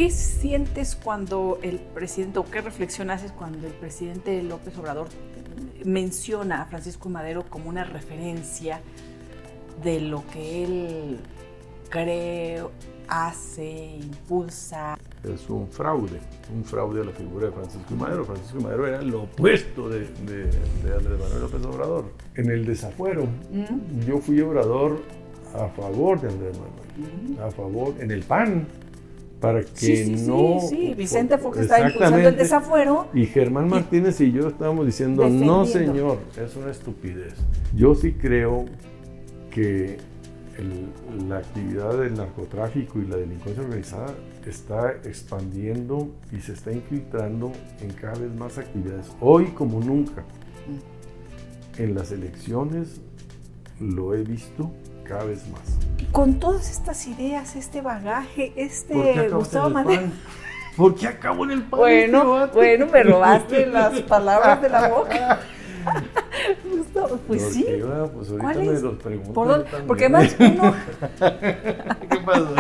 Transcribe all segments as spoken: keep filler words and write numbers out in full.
¿Qué sientes cuando el presidente, o qué reflexión haces cuando el presidente López Obrador menciona a Francisco Madero como una referencia de lo que él cree, hace, impulsa? Es un fraude, un fraude a la figura de Francisco Madero. Francisco Madero era lo opuesto de, de, de Andrés Manuel López Obrador. En el desafuero, ¿Mm? yo fui obrador a favor de Andrés Manuel, ¿Mm? a favor, en el P A N, para que sí, sí, no... Sí, sí, Vicente Fox estaba impulsando el desafuero. Y Germán Martínez y, y yo estábamos diciendo, no señor, es una estupidez. Yo sí creo que el, la actividad del narcotráfico y la delincuencia organizada está expandiendo y se está infiltrando en cada vez más actividades. Hoy como nunca. En las elecciones lo he visto cada vez más. Con todas estas ideas, este bagaje, este Gustavo Madero. ¿Por qué acabó en el P A N? Bueno, este bueno, me robaste las palabras de la boca. Gustavo, pues sí. Iba, pues ahorita ¿Cuál me es? los pregunto. ¿Por Porque además uno... ¿Qué pasó?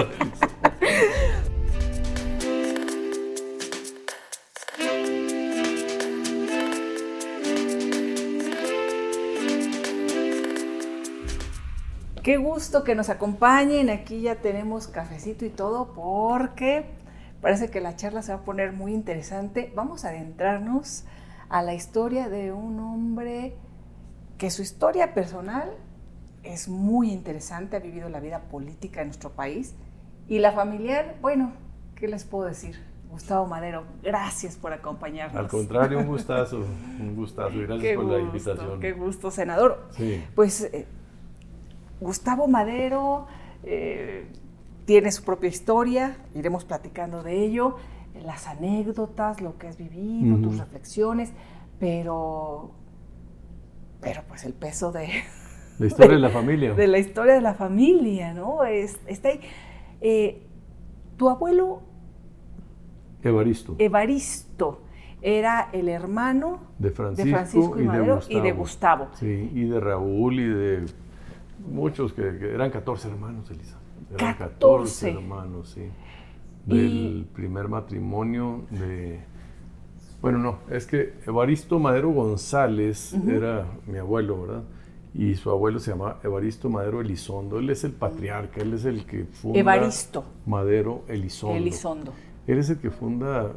Qué gusto que nos acompañen, aquí ya tenemos cafecito y todo porque parece que la charla se va a poner muy interesante. Vamos a adentrarnos a la historia de un hombre que su historia personal es muy interesante, ha vivido la vida política de nuestro país y la familiar, bueno, ¿qué les puedo decir? Gustavo Madero, gracias por acompañarnos. Al contrario, un gustazo, un gustazo y gracias qué por gusto, la invitación. Qué gusto, senador. Sí. Pues... Eh, Gustavo Madero eh, tiene su propia historia, iremos platicando de ello, las anécdotas, lo que has vivido, uh-huh. tus reflexiones, pero, pero pues el peso de... La historia de, de la familia. De la historia de la familia, ¿no? Es, está ahí. Eh, tu abuelo... Evaristo. Evaristo. Era el hermano de Francisco, de Francisco y, y, Madero, de y de Gustavo. Sí, y de Raúl y de... Muchos que, que eran catorce hermanos, Elisa. Eran catorce hermanos, sí. Del y... primer matrimonio de... Bueno, no, es que Evaristo Madero González uh-huh. era mi abuelo, ¿verdad? Y su abuelo se llama Evaristo Madero Elizondo. Él es el patriarca, él es el que funda... Evaristo. Madero Elizondo. Elizondo. Él es el que funda...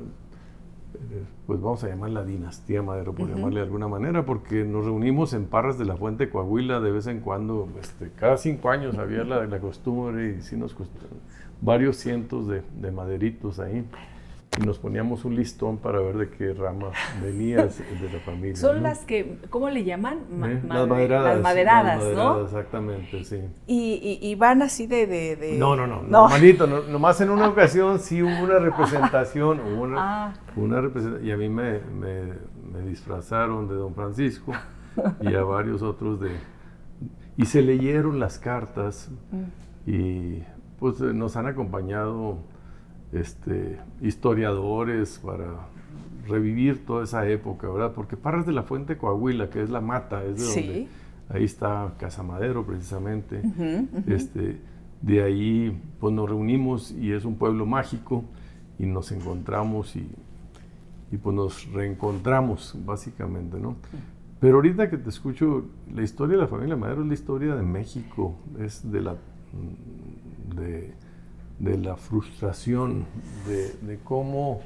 pues vamos a llamar la dinastía Madero, por uh-huh. llamarle de alguna manera, porque nos reunimos en Parras de la Fuente, Coahuila, de vez en cuando, este, cada cinco años había la, la costumbre, y sí nos costó varios cientos de, de maderitos ahí, y nos poníamos un listón para ver de qué rama venías de la familia. Son ¿no? las que, ¿cómo le llaman? Ma- ¿Eh? madre, las maderadas. Las maderadas, las maderadas, ¿no? Exactamente, sí. Y, y, y van así de... de, de... No, no, no, no. normalito, no, nomás en una ocasión sí hubo una representación, hubo una, ah. una representación, y a mí me, me, me disfrazaron de don Francisco y a varios otros de... Y se leyeron las cartas mm. y pues nos han acompañado este, historiadores para revivir toda esa época, ¿verdad? Porque Parras de la Fuente, Coahuila, que es la mata, es de sí. donde... Ahí está Casa Madero, precisamente. Uh-huh, uh-huh. Este, de ahí pues nos reunimos y es un pueblo mágico y nos encontramos y, y pues nos reencontramos, básicamente, ¿no? Pero ahorita que te escucho, la historia de la familia Madero es la historia de México, es de la, de, de la frustración, de, de cómo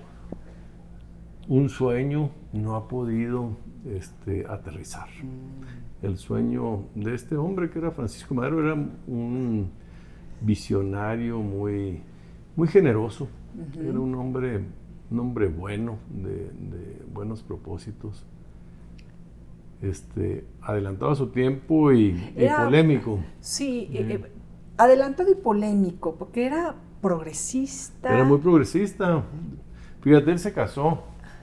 un sueño no ha podido este, aterrizar. El sueño de este hombre que era Francisco Madero era un visionario muy, muy generoso, uh-huh. era un hombre, un hombre bueno, de, de buenos propósitos, este, adelantado a su tiempo y, era, y polémico. Sí, eh. Eh, adelantado y polémico, porque era progresista. Era muy progresista. Fíjate, él se casó,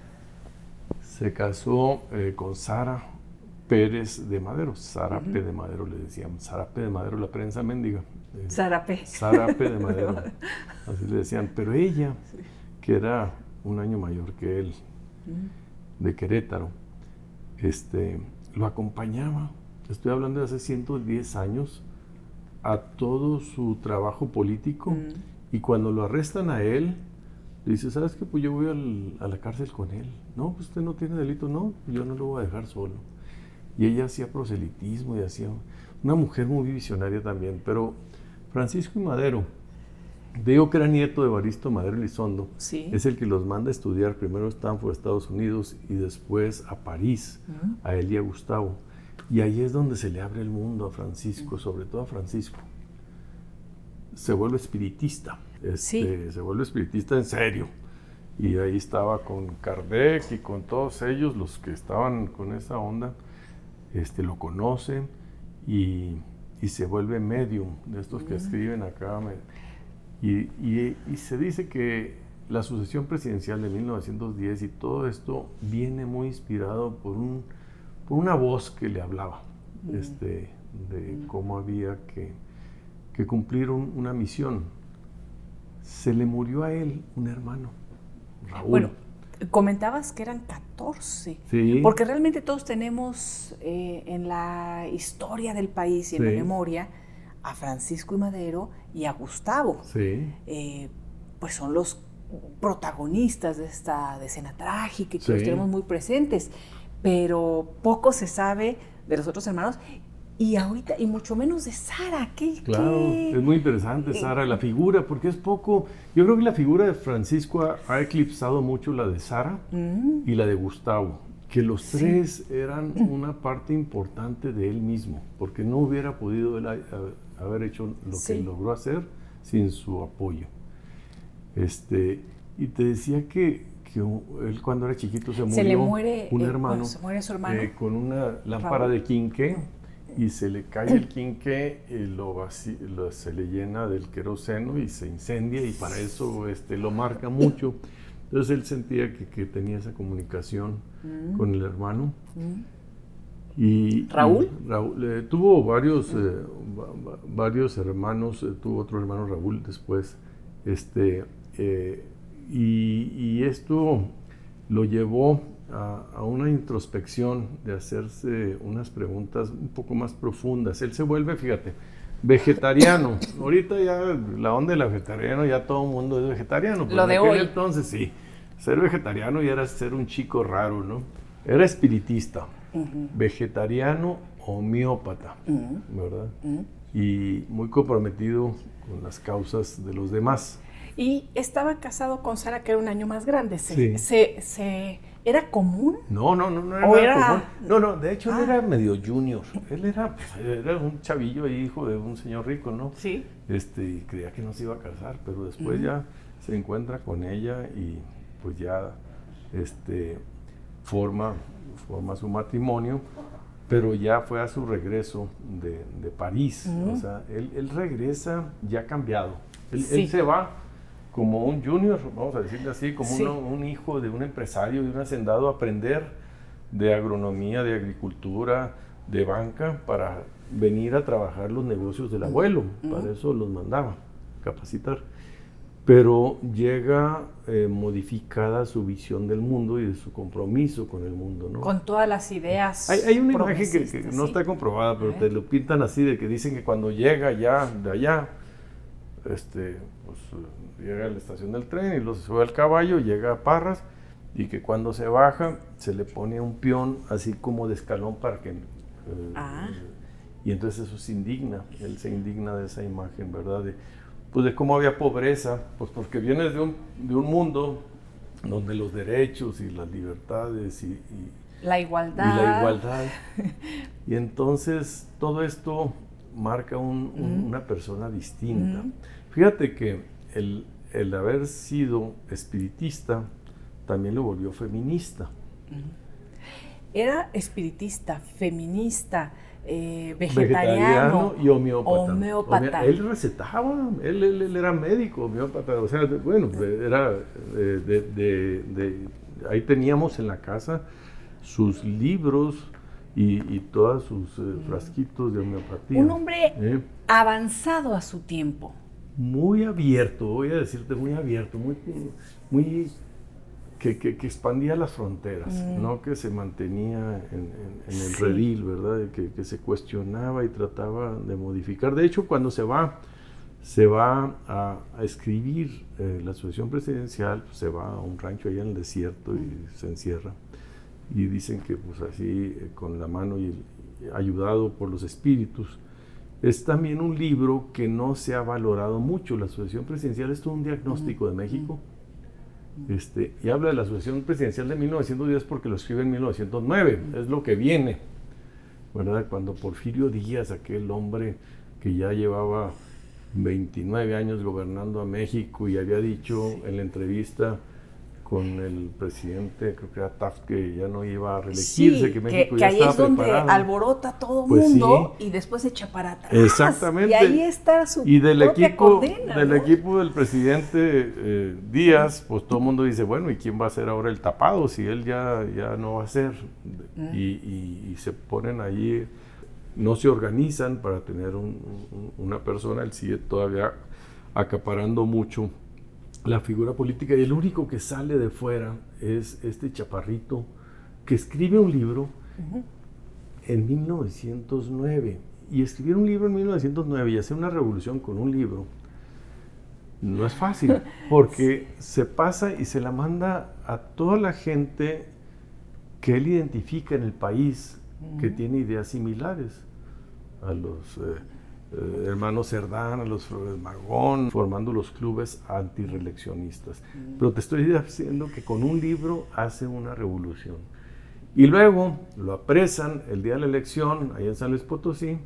se casó eh, con Sara Pérez de Madero, Zarape uh-huh. de Madero le decían, Zarape de Madero, la prensa mendiga. Eh, Zarape. Zarape de Madero, así le decían. Pero ella, sí. que era un año mayor que él, uh-huh. de Querétaro, este, lo acompañaba, estoy hablando de hace ciento diez años, a todo su trabajo político, uh-huh. y cuando lo arrestan a él, Le dice, ¿sabes qué? Pues yo voy al, a la cárcel con él. No, pues usted no tiene delito. No, yo no lo voy a dejar solo. Y ella hacía proselitismo y hacía... Una mujer muy visionaria también. Pero Francisco I. Madero, digo que era nieto de Evaristo Madero Elizondo, sí. es el que los manda a estudiar primero a Stanford, Estados Unidos, y después a París, uh-huh. a él y a Gustavo. Y ahí es donde se le abre el mundo a Francisco, uh-huh. sobre todo a Francisco. Se vuelve espiritista. Este, sí. Se vuelve espiritista en serio. Y ahí estaba con Kardec y con todos ellos, los que estaban con esa onda, este, lo conocen y, y se vuelve medium de estos que escriben acá. Y, y, y se dice que la sucesión presidencial de mil novecientos diez y todo esto viene muy inspirado por, un, por una voz que le hablaba, mm. este, de mm. cómo había que, que cumplir un, una misión. Se le murió a él un hermano, Raúl. Bueno, comentabas que eran catorce, sí. porque realmente todos tenemos eh, en la historia del país y en sí. la memoria a Francisco I. Madero y a Gustavo. Sí. Eh, pues son los protagonistas de esta escena trágica y que sí. los tenemos muy presentes, pero poco se sabe de los otros hermanos. Y ahorita, y mucho menos de Sara, ¿qué? Claro, qué? Es muy interesante Sara, la figura, porque es poco, yo creo que la figura de Francisco ha, ha eclipsado mucho la de Sara mm. y la de Gustavo, que los sí. tres eran una parte importante de él mismo, porque no hubiera podido él a, a, haber hecho lo sí. que logró hacer sin su apoyo. Este, y te decía que, que él cuando era chiquito se murió se le muere, un eh, hermano, bueno, se muere su hermano. Eh, con una lámpara Raúl. de quinqué, y se le cae el quinqué y lo vací, lo, se le llena del queroseno y se incendia, y para eso este, lo marca mucho. Entonces él sentía que, que tenía esa comunicación mm. con el hermano. Mm. Y, ¿Raúl? Y Raúl eh, tuvo varios, eh, va, varios hermanos, eh, tuvo otro hermano Raúl después, este, eh, y, y esto lo llevó A, a una introspección de hacerse unas preguntas un poco más profundas. Él se vuelve, fíjate, vegetariano. Ahorita ya la onda del vegetariano, ya todo el mundo es vegetariano. Pero Lo de en aquel hoy. Entonces sí, ser vegetariano ya era ser un chico raro, ¿no? Era espiritista, uh-huh. vegetariano, homeópata, uh-huh. ¿verdad? Uh-huh. Y muy comprometido con las causas de los demás. Y estaba casado con Sara, que era un año más grande. Se, sí. se, se ¿Era común? No, no, no, no era, era... común. No, no, de hecho ah. él era medio junior. Él era, era un chavillo ahí, hijo de un señor rico, ¿no? Sí. Este, y creía que no se iba a casar, pero después uh-huh. ya se encuentra con ella y pues ya este, forma, forma su matrimonio, pero ya fue a su regreso de, de París. Uh-huh. O sea, él, él regresa ya cambiado. Él, sí. él se va como un junior, vamos a decirle así, como sí. uno, un hijo de un empresario, de un hacendado, a aprender de agronomía, de agricultura, de banca, para venir a trabajar los negocios del abuelo. Uh-huh. Para eso los mandaba capacitar. Pero llega eh, modificada su visión del mundo y de su compromiso con el mundo, ¿no? Con todas las ideas. Hay, hay una imagen que, que no ¿sí? está comprobada, pero te lo pintan así, de que dicen que cuando llega ya de allá, este, pues llega a la estación del tren y luego se sube al caballo, llega a Parras, y que cuando se baja se le pone un peón así como de escalón para que... Eh, ah. Y entonces eso se indigna, él se indigna de esa imagen, ¿verdad? De, pues de cómo había pobreza, pues porque vienes de un, de un mundo donde los derechos y las libertades y... y la igualdad. Y la igualdad. Y entonces todo esto marca un, un, mm. una persona distinta. Mm. Fíjate que el, el haber sido espiritista también lo volvió feminista. Era espiritista, feminista, eh, vegetariano, vegetariano y homeópata. homeópata. Él recetaba, él, él, él era médico, homeópata, o sea, bueno, era de, de, de, de, ahí teníamos en la casa sus libros y, y todos sus eh, frasquitos de homeopatía. Un hombre ¿Eh? avanzado a su tiempo. Muy abierto, voy a decirte, muy abierto, muy, muy que, que, que expandía las fronteras, mm. no que se mantenía en, en, en el sí. redil, ¿verdad? Que, que se cuestionaba y trataba de modificar. De hecho, cuando se va, se va a, a escribir eh, la sucesión presidencial, pues, se va a un rancho allá en el desierto y se encierra. Y dicen que pues así, eh, con la mano y, y ayudado por los espíritus. Es también un libro que no se ha valorado mucho. La sucesión presidencial es todo un diagnóstico de México. Este, y habla de la sucesión presidencial de mil novecientos diez porque lo escribe en mil novecientos nueve, es lo que viene, ¿verdad? Cuando Porfirio Díaz, aquel hombre que ya llevaba veintinueve años gobernando a México y había dicho sí. en la entrevista con el presidente, creo que era Taft, que ya no iba a reelegirse, sí, que México que, ya que ahí estaba es donde preparado. Alborota todo Pues mundo sí. y después se echa para atrás. Exactamente. Y ahí está su y del propia equipo, condena, del ¿no? equipo del presidente eh, Díaz, pues todo el mundo dice, bueno, ¿y quién va a ser ahora el tapado si él ya, ya no va a ser? Mm. Y, y, y se ponen allí, no se organizan para tener un, un, una persona, él sigue todavía acaparando mucho la figura política, y el único que sale de fuera es este chaparrito que escribe un libro uh-huh. en mil novecientos nueve. Y escribir un libro en mil novecientos nueve y hacer una revolución con un libro no es fácil, porque se pasa y se la manda a toda la gente que él identifica en el país uh-huh. que tiene ideas similares, a los eh, eh, hermanos Cerdán, a los Flores Magón, formando los clubes antirreeleccionistas. Uh-huh. Pero te estoy diciendo que con un libro hace una revolución. Y luego lo apresan el día de la elección, allá en San Luis Potosí,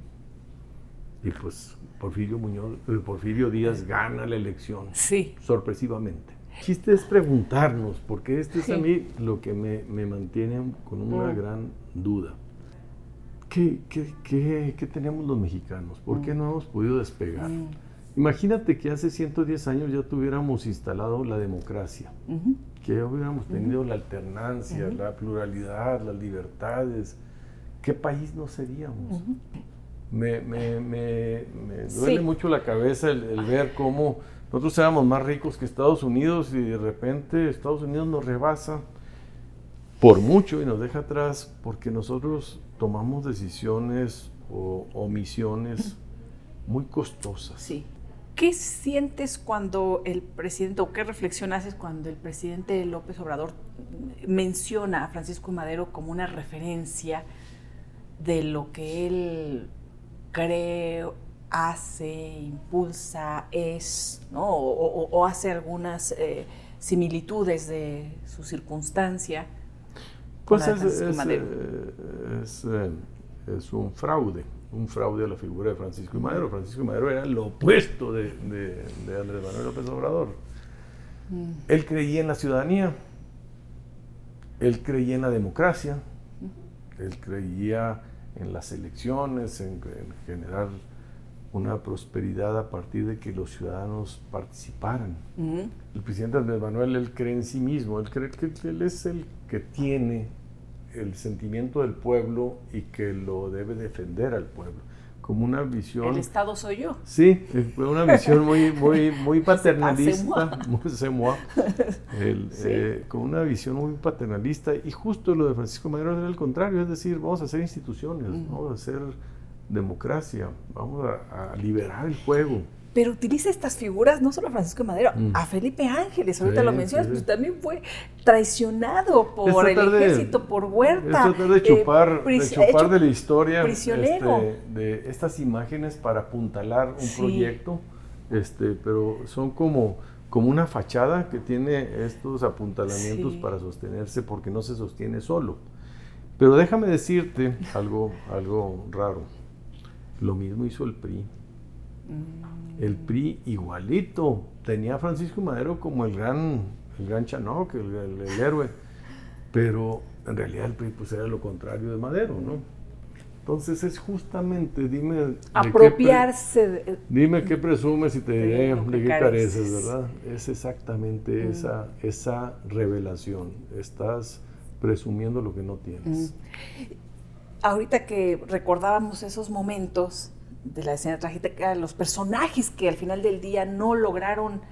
y pues Porfirio Muñoz, Porfirio Díaz gana la elección, sí. sorpresivamente. El chiste es preguntarnos, porque este sí. es a mí lo que me, me mantiene con una mm. gran duda. ¿Qué, qué, qué, ¿Qué tenemos los mexicanos? ¿Por mm. qué no hemos podido despegar? Mm. Imagínate que hace ciento diez años ya tuviéramos instalado la democracia, uh-huh. que ya hubiéramos tenido uh-huh. la alternancia, uh-huh. la pluralidad, las libertades. ¿Qué país no seríamos? Uh-huh. Me, me, me, me duele sí. mucho la cabeza el, el ver cómo nosotros éramos más ricos que Estados Unidos y de repente Estados Unidos nos rebasa por mucho y nos deja atrás porque nosotros tomamos decisiones o omisiones muy costosas. Sí. ¿Qué sientes cuando el presidente, o qué reflexión haces cuando el presidente López Obrador menciona a Francisco Madero como una referencia de lo que él cree, hace, impulsa, es, ¿no? o, o, o hace algunas eh, similitudes de su circunstancia? Pues es, es, es, es, es un fraude. un fraude a la figura de Francisco I. Madero. Francisco I. Madero era lo opuesto de, de, de Andrés Manuel López Obrador. Mm. Él creía en la ciudadanía, él creía en la democracia, mm. él creía en las elecciones, en, en generar una prosperidad a partir de que los ciudadanos participaran. Mm. El presidente Andrés Manuel, él cree en sí mismo, él cree que él es el que tiene el sentimiento del pueblo y que lo debe defender al pueblo, como una visión... El Estado soy yo. Sí, una visión muy, muy, muy paternalista, muy semoa, el, sí. eh, con una visión muy paternalista, y justo lo de Francisco Madero era el contrario, es decir, vamos a hacer instituciones, mm. vamos a hacer democracia, vamos a, a liberar el juego. Pero utiliza estas figuras, no solo a Francisco Madero, mm. a Felipe Ángeles, ahorita sí, lo mencionas, sí, sí. pues también fue traicionado por el ejército, de, por Huerta. Es tratar de chupar, eh, de, chupar de la historia prisionero. Este, de estas imágenes para apuntalar un sí. proyecto, este, pero son como, como una fachada que tiene estos apuntalamientos sí. para sostenerse, porque no se sostiene solo. Pero déjame decirte algo, algo raro. Lo mismo hizo el P R I. El P R I igualito tenía a Francisco Madero como el gran, el gran Chanoc, el, el, el héroe, pero en realidad el P R I pues era lo contrario de Madero, ¿no? Entonces es justamente, dime... Apropiarse de qué pre, Dime qué presumes y te diré de, de qué careces, careces, ¿verdad? Es exactamente mm. esa, esa revelación. Estás presumiendo lo que no tienes. Mm. Ahorita que recordábamos esos momentos de la escena trágica, los personajes que al final del día no lograron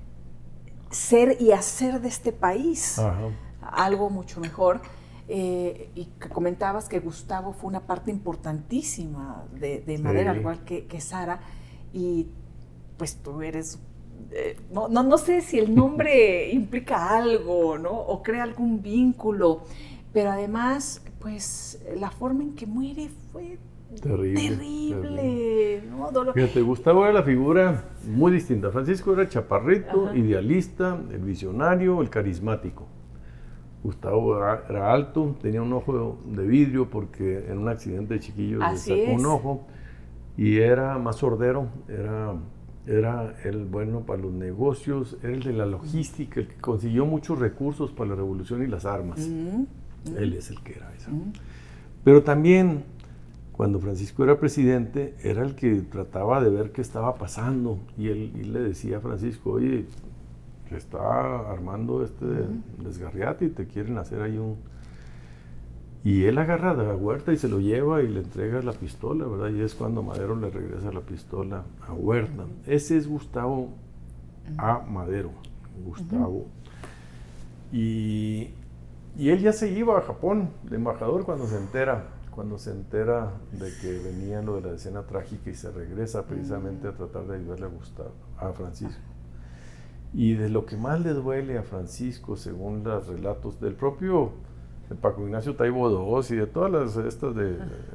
ser y hacer de este país Ajá. algo mucho mejor, eh, y que comentabas que Gustavo fue una parte importantísima de, de Madero, sí. al igual que, que Sara, y pues tú eres, eh, no, no, no sé si el nombre implica algo, ¿no? O crea algún vínculo, pero además, pues la forma en que muere fue terrible, terrible, terrible. ¿no? Dolor. Fíjate, Gustavo era la figura muy distinta. Francisco era chaparrito, ajá, idealista, el visionario, el carismático. Gustavo era, era alto, tenía un ojo de vidrio porque en un accidente de chiquillo le sacó un ojo, y era más sordero, era, era el bueno para los negocios, era el de la logística, el que consiguió muchos recursos para la revolución y las armas. Mm-hmm. Él es el que era eso. Mm-hmm. Pero también, cuando Francisco era presidente, era el que trataba de ver qué estaba pasando, y él y le decía a Francisco, oye, que está armando este uh-huh. desgarriate y te quieren hacer ahí un... Y él agarra de la Huerta y se lo lleva y le entrega la pistola, ¿verdad? Y es cuando Madero le regresa la pistola a Huerta. Uh-huh. Ese es Gustavo uh-huh. A. Madero, Gustavo. Uh-huh. Y, y él ya se iba a Japón, de embajador, cuando se entera, cuando se entera de que venía lo de la escena trágica, y se regresa precisamente uh-huh. a tratar de ayudarle a Gustavo, a Francisco. Y de lo que más le duele a Francisco, según los relatos del propio de Paco Ignacio Taibo segundo y de todas las estas de, de,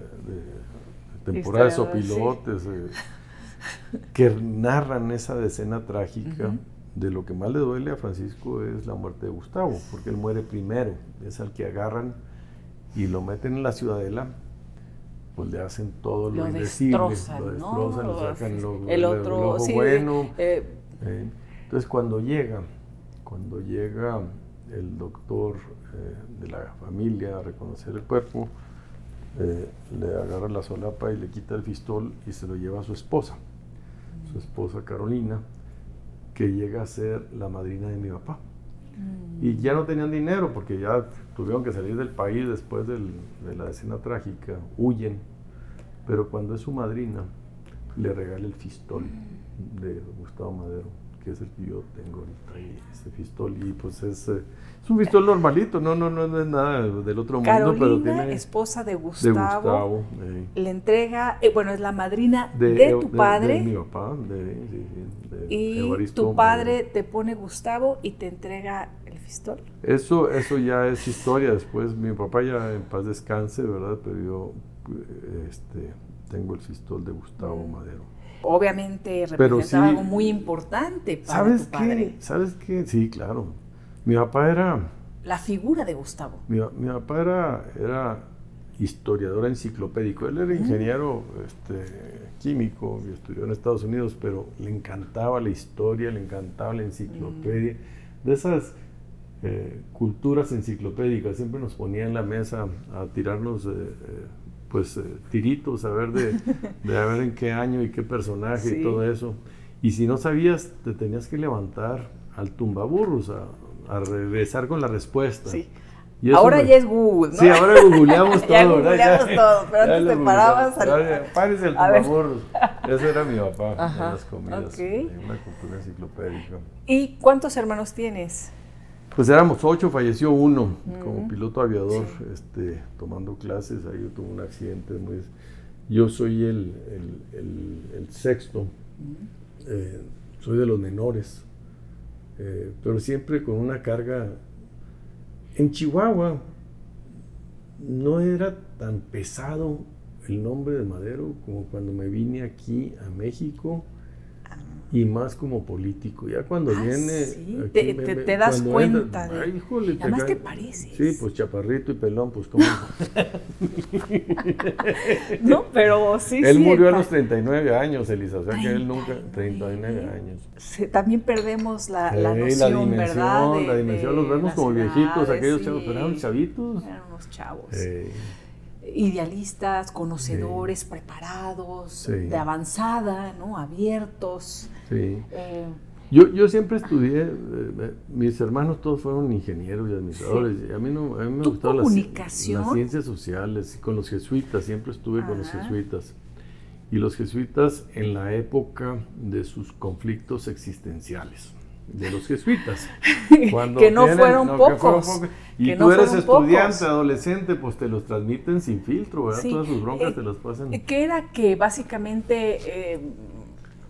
de temporadas o pilotes sí. eh, que narran esa escena trágica, uh-huh. de lo que más le duele a Francisco es la muerte de Gustavo, porque él muere primero, es al que agarran y lo meten en la Ciudadela, pues le hacen todo lo, lo indecible, destrozan, lo destrozan, ¿no? lo sacan lo, el otro, lo, lo sí, bueno. Eh, eh, Entonces cuando llega, cuando llega el doctor eh, de la familia a reconocer el cuerpo, eh, le agarra la solapa y le quita el fistol y se lo lleva a su esposa, su esposa Carolina, que llega a ser la madrina de mi papá. Mm. Y ya no tenían dinero porque ya tuvieron que salir del país después del, de la escena trágica, huyen, pero cuando es su madrina, le regala el fistol de Gustavo Madero, que es el que yo tengo ahorita, y ese fistol, y pues es, eh, es un fistol normalito, no, no, no, no es nada del otro Carolina, mundo, pero tiene... esposa de Gustavo, de Gustavo eh. le entrega, eh, bueno, es la madrina de, de tu de, padre. De, de mi papá, de, sí, de y Evaristo tu padre Madero. Te pone Gustavo y te entrega el fistol. Eso, eso ya es historia, después mi papá ya en paz descanse, ¿verdad? Pero yo este, tengo el fistol de Gustavo mm. Madero. Obviamente representaba sí, algo muy importante para ¿sabes tu padre. Qué? ¿Sabes qué? Sí, claro. Mi papá era... La figura de Gustavo. Mi, mi papá era, era historiador enciclopédico. Él era ingeniero mm. este, químico y estudió en Estados Unidos, pero le encantaba la historia, le encantaba la enciclopedia. Mm. De esas eh, culturas enciclopédicas, siempre nos ponía en la mesa a tirarnos... Eh, eh, pues eh, tiritos, a ver de, de a ver en qué año y qué personaje sí. y todo eso. Y si no sabías, te tenías que levantar al tumbaburros a, a regresar con la respuesta. Sí. Y ahora me... ya es Google, ¿no? Sí, ahora googleamos todo, ya googleamos ya, todo, pero antes te parabas al... Párese el tumbaburros. Ese era mi papá. Ajá. En las comidas, okay. en una cultura enciclopédica. ¿Y cuántos hermanos tienes? Pues éramos ocho, falleció uno mm. como piloto aviador, sí. este, tomando clases, ahí tuvo un accidente. Muy... Yo soy el, el, el, el sexto, mm. eh, soy de los menores, eh, pero siempre con una carga. En Chihuahua no era tan pesado el nombre de Madero como cuando me vine aquí a México. Y más como político, ya cuando ah, viene... Sí. Aquí te, me, te, te das cuenta entra, de... Ay, híjole, además te, te pareces. Sí, pues chaparrito y pelón, pues cómo... No, pero sí, Él sí, murió a los treinta y nueve años, Elisa, o sea que él nunca... treinta y nueve años. Sí, también perdemos la, la sí, noción, la dimensión, ¿verdad? De, la dimensión, los vemos como ciudades, viejitos, aquellos sí. chavos, pero eran chavitos. Eran unos chavos. Eh. Idealistas, conocedores, sí. preparados, sí. de avanzada, ¿no? Abiertos. Sí. Eh, yo, yo siempre estudié, eh, mis hermanos todos fueron ingenieros y administradores, sí. y a mí, no, a mí me gustaban las, las ciencias sociales, con los jesuitas, siempre estuve Ajá. con los jesuitas. Y los jesuitas en la época de sus conflictos existenciales. De los jesuitas. Cuando que no, tienen, fueron, no pocos, fueron pocos. Y que tú no eres estudiante, pocos. adolescente, pues te los transmiten sin filtro, ¿verdad? Sí. Todas sus broncas eh, te las pasan. Que era que básicamente eh,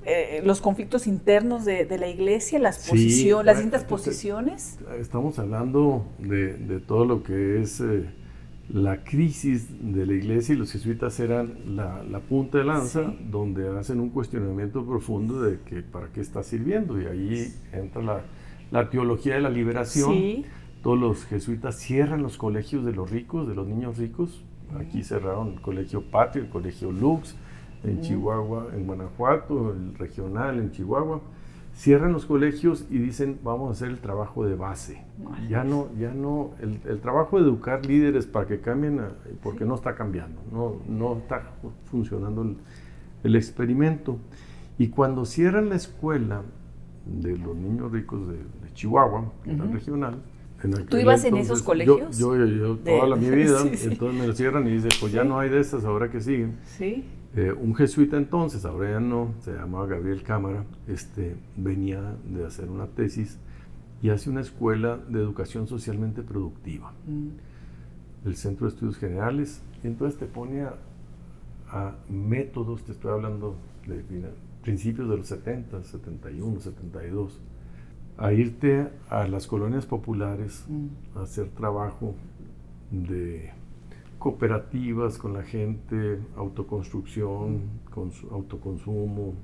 eh, los conflictos internos de, de la iglesia, las Sí, posiciones, las bueno, distintas entonces, posiciones. Estamos hablando de, de todo lo que es eh, la crisis de la iglesia, y los jesuitas eran la, la punta de lanza, Sí. donde hacen un cuestionamiento profundo de que para qué está sirviendo, y ahí entra la, la teología de la liberación. Sí. Todos los jesuitas cierran los colegios de los ricos, de los niños ricos. Aquí cerraron el colegio Patria, el colegio Lux, en Chihuahua, en Guanajuato, el regional en Chihuahua. Cierran los colegios y dicen, vamos a hacer el trabajo de base. Ya no, ya no, el, el trabajo de educar líderes para que cambien, porque sí. no está cambiando, no, no está funcionando el, el experimento. Y cuando cierran la escuela de los niños ricos de, de Chihuahua, que uh-huh. era regional, ¿tú ibas entonces, en esos colegios? Yo, yo, yo toda de... la mi vida, sí, sí. entonces me lo cierran y dice, pues sí. ya no hay de esas, ahora que siguen. Sí. Eh, un jesuita entonces, ahora ya no, se llamaba Gabriel Cámara, este, venía de hacer una tesis y hace una escuela de educación socialmente productiva, mm. el Centro de Estudios Generales, y entonces te pone a, a métodos, te estoy hablando de mira, principios de los setenta, setenta y uno, setenta y dos, a irte a las colonias populares mm. a hacer trabajo de cooperativas con la gente, autoconstrucción, con autoconsumo,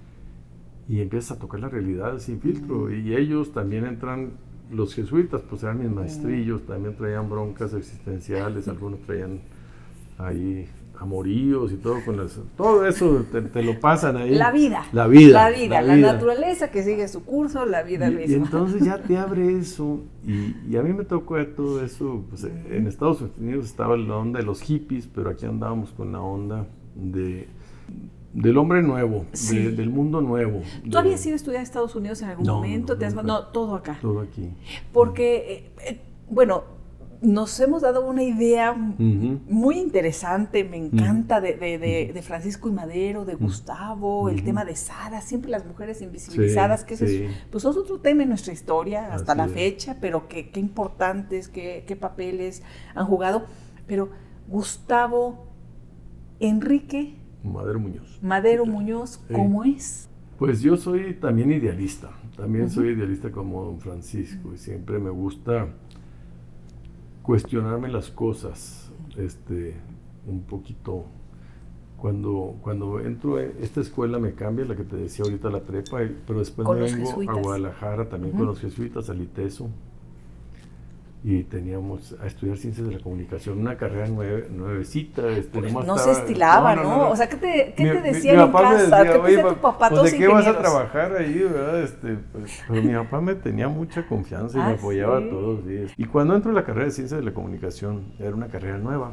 y empiezas a tocar la realidad sin filtro. Mm. Y ellos también entran, los jesuitas, pues eran mis maestrillos, mm. también traían broncas existenciales, algunos traían ahí amoríos y todo con las, todo eso te, te lo pasan ahí. La vida. La vida. La vida, la, vida. la naturaleza que sigue su curso, la vida y, misma. Y entonces ya te abre eso, y, y a mí me tocó ver todo eso, pues, mm. en Estados Unidos estaba la onda de los hippies, pero aquí andábamos con la onda de, del hombre nuevo, sí. de, del mundo nuevo. ¿Tú de, habías ido a estudiar a Estados Unidos en algún no, momento? No, ¿Te has, no, no, todo acá. Todo aquí. Porque, eh, bueno, nos hemos dado una idea uh-huh. muy interesante, me encanta, uh-huh. de, de, de, de Francisco y Madero, de Gustavo, uh-huh. el tema de Sara, siempre las mujeres invisibilizadas, sí, que eso sí. es, pues es otro tema en nuestra historia hasta Así la fecha, es. pero qué que importantes, qué que papeles han jugado. Pero Gustavo Enrique Madero Muñoz, Madero Muñoz, ¿cómo sí. es? Pues yo soy también idealista, también uh-huh. soy idealista como don Francisco, y siempre me gusta cuestionarme las cosas, este, un poquito. Cuando, cuando entro a esta escuela me cambia, la que te decía ahorita, la prepa, pero después me vengo a Guadalajara también uh-huh. con los jesuitas, al ITESO, y teníamos a estudiar ciencias de la comunicación, una carrera nueve, nuevecita. Este, pues no estaba, se estilaba, ¿no? No, no, no. O sea, ¿qué te, qué mi, te decían mi, mi en casa? Decía, ¿qué te decía tu papá? Pues, ¿de qué vas a trabajar ahí, verdad? Este, pues, pero mi papá me tenía mucha confianza y ah, me apoyaba ¿sí? a todos. ¿sí? Y cuando entro a la carrera de ciencias de la comunicación, era una carrera nueva.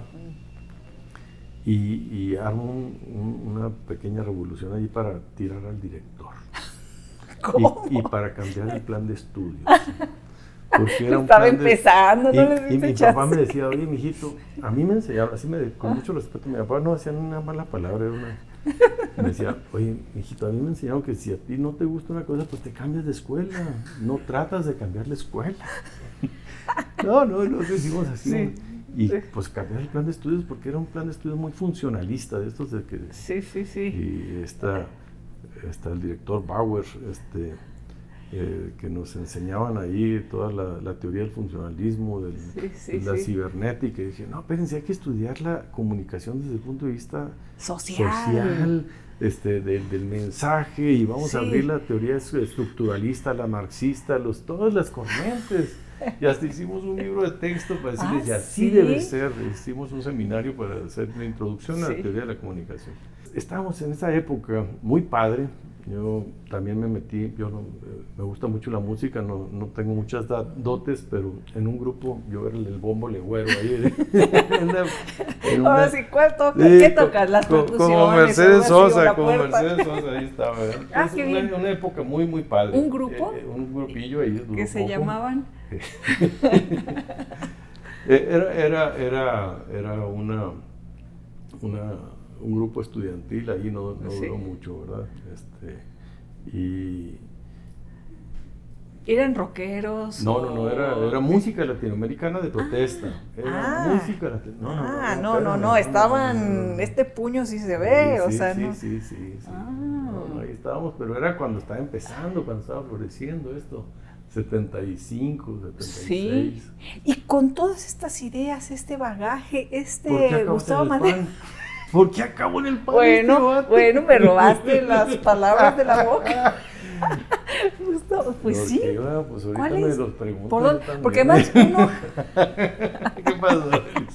Mm. Y, y armo un, un, una pequeña revolución ahí para tirar al director. ¿Cómo? Y, y para cambiar el plan de estudios. Porque era un Estaba plan empezando, de, no y, les y mi papá me decía, oye, mijito, a mí me enseñaba, así me, con mucho respeto, mi papá no hacía una mala palabra, era una, me decía, oye, mijito, a mí me enseñaron que si a ti no te gusta una cosa, pues te cambias de escuela, no tratas de cambiar la escuela. No, no, no, lo hicimos así. Sí. Y sí. pues cambiar el plan de estudios porque era un plan de estudios muy funcionalista, de estos de que... Sí, sí, sí. Y está, está el director Bauer, este... Eh, que nos enseñaban ahí toda la, la teoría del funcionalismo, del, sí, sí, de la sí. cibernética, y dije, no, espérense, hay que estudiar la comunicación desde el punto de vista social, social este, de, del mensaje, y vamos sí. a abrir la teoría estructuralista, la marxista, los, todas las corrientes, y hasta hicimos un libro de texto para decirles, ah, y así ¿sí? debe ser, hicimos un seminario para hacer una introducción sí. a la teoría de la comunicación. Estábamos en esa época muy padre. Yo también me metí, yo no, eh, me gusta mucho la música, no, no tengo muchas da, dotes, pero en un grupo, yo era el, el bombo legüero ahí. en una, en una, Ahora sí, ¿cuál toca? Eh, ¿Qué tocas? Las co, percusiones. Como Mercedes Sosa, como Mercedes Sosa, ahí estaba. Ah, qué una, bien. una época muy, muy padre. ¿Un grupo? Eh, un grupillo ahí. Duró ¿Que se poco. llamaban? era, era, era, era una... una un grupo estudiantil, ahí no, no sí. duró mucho, ¿verdad? Este, y... ¿Eran rockeros? No, no, no, era, era música latinoamericana de protesta. Era ah, música latinoamericana. No, ah, no, no, no, no, no, estaban, no, no, no. Este puño sí se ve, sí, o sea, sí, ¿no? Sí, sí, sí, sí. Ah. No, no, estábamos, pero era cuando estaba empezando, cuando estaba floreciendo esto, setenta y cinco, setenta y seis. Sí, y con todas estas ideas, este bagaje, ¿Por qué este acabó Gustavo en el Madero. pan? ¿Por qué acabó en el pan? Bueno, este vato? bueno, me robaste las palabras de la boca. Gustavo, pues ¿Por sí. qué, va? Pues ahorita ¿Cuál me es? los pregunto ¿Por yo dónde? también. Porque además uno, ¿Qué pasó?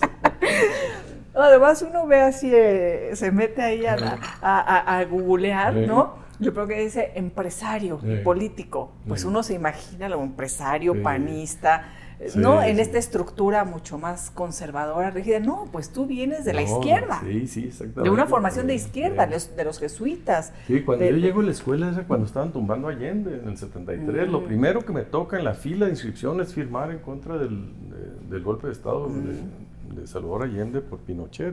además uno ve así, eh, se mete ahí a, la- a, a- a googlear, Sí. ¿no? Yo creo que dice empresario y Sí. político. Pues Sí. uno se imagina lo empresario, Sí. panista, eh, Sí, ¿no? En sí. esta estructura mucho más conservadora, rígida. No, pues tú vienes de la No, izquierda. Sí, sí, exactamente. De una formación de Sí. izquierda, de los, de los jesuitas. Sí, cuando de- yo llego a la escuela, era cuando estaban tumbando a Allende en el setenta y tres, Mm. lo primero que me toca en la fila de inscripción es firmar en contra del, de- del golpe de Estado Mm. de, de Salvador Allende por Pinochet.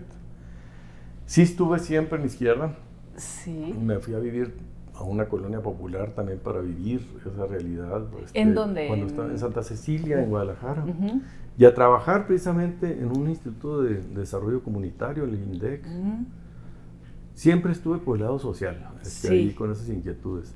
Sí estuve siempre en la izquierda, Sí. me fui a vivir a una colonia popular también para vivir esa realidad. este, ¿En dónde? Cuando estaba en Santa Cecilia, en Guadalajara. Ujú. Y a trabajar precisamente en un instituto de, de desarrollo comunitario, el INDEC. Mm. Siempre estuve por el lado social, este, Sí. ahí con esas inquietudes.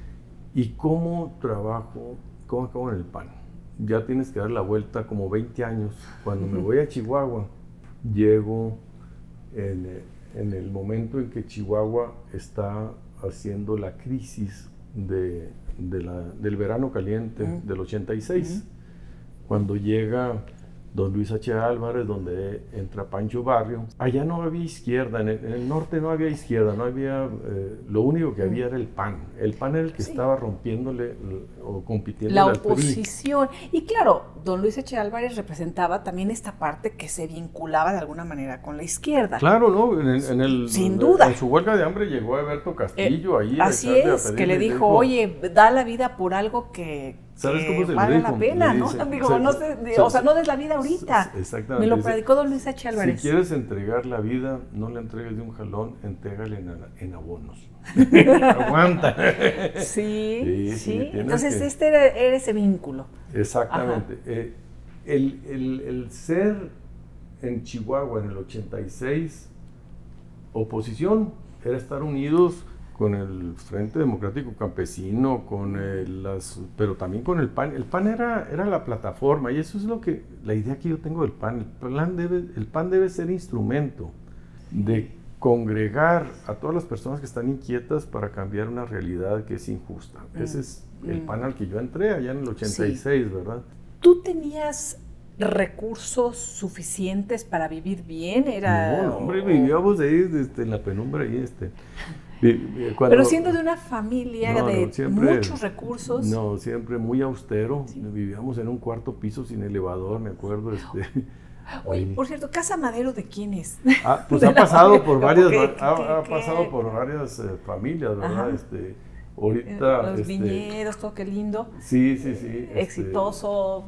¿Y cómo trabajo, cómo acabo en el P A N? Ya tienes que dar la vuelta como veinte años. Cuando me voy a Chihuahua, llego en, eh, en el momento en que Chihuahua está haciendo la crisis de, de la, del verano caliente Mm. del ochenta y seis. Cuando llega don Luis H. Álvarez, donde entra Pancho Barrio. Allá no había izquierda, en el, en el norte no había izquierda, no había, eh, lo único que había era el P A N. El P A N era el que Sí. estaba rompiéndole l- o compitiendo La al P R I. oposición. Y claro, don Luis Eche Álvarez representaba también esta parte que se vinculaba de alguna manera con la izquierda. Claro, ¿no? En, el- en el, Sin en- duda. En su huelga de hambre llegó Alberto Castillo Eh, ahí. a Así echarle a es, que pedirle, le y dijo, oye, da la vida por algo que, ¿Sabes que cómo se lo valga dijo? la pena, Le ¿no? dice, Digo, se- no sé, se- o sea, se- no des la vida ahorita. Exactamente. Me lo Dice, predicó don Luis H. Álvarez. si quieres entregar la vida, no la entregues de un jalón, entrégale en, en abonos. Aguanta. Sí, Sí, sí. sí, tienes Entonces, que- este era, era ese vínculo. Exactamente. Eh, el, el- el ser en Chihuahua en el ochenta y seis, oposición, era estar unidos con el Frente Democrático Campesino, con el, las, pero también con el P A N. El P A N era, era la plataforma, y eso es lo que, la idea que yo tengo del P A N. El, plan debe, el P A N debe ser instrumento de congregar a todas las personas que están inquietas para cambiar una realidad que es injusta. Mm. Ese es el Mm. P A N al que yo entré allá en el ochenta y seis, Sí. ¿verdad? ¿Tú tenías recursos suficientes para vivir bien? Era, No, hombre, o- vivíamos ahí este, en la penumbra ahí, este. vi- vi- cuando- Pero siendo de una familia No, no, de siempre- muchos recursos. No, siempre muy austero. Sí. Vivíamos en un cuarto piso sin elevador, me acuerdo. Este, Oye, ahí. por cierto, ¿Casa Madero de quién es? Ah, pues de ha la pasado familia, por ¿cómo varias, que- ha, que- ha que- pasado por varias eh, familias, ¿verdad? Ajá. Este, ahorita, Los este, viñedos, todo qué lindo. sí, sí, sí. este, Exitoso.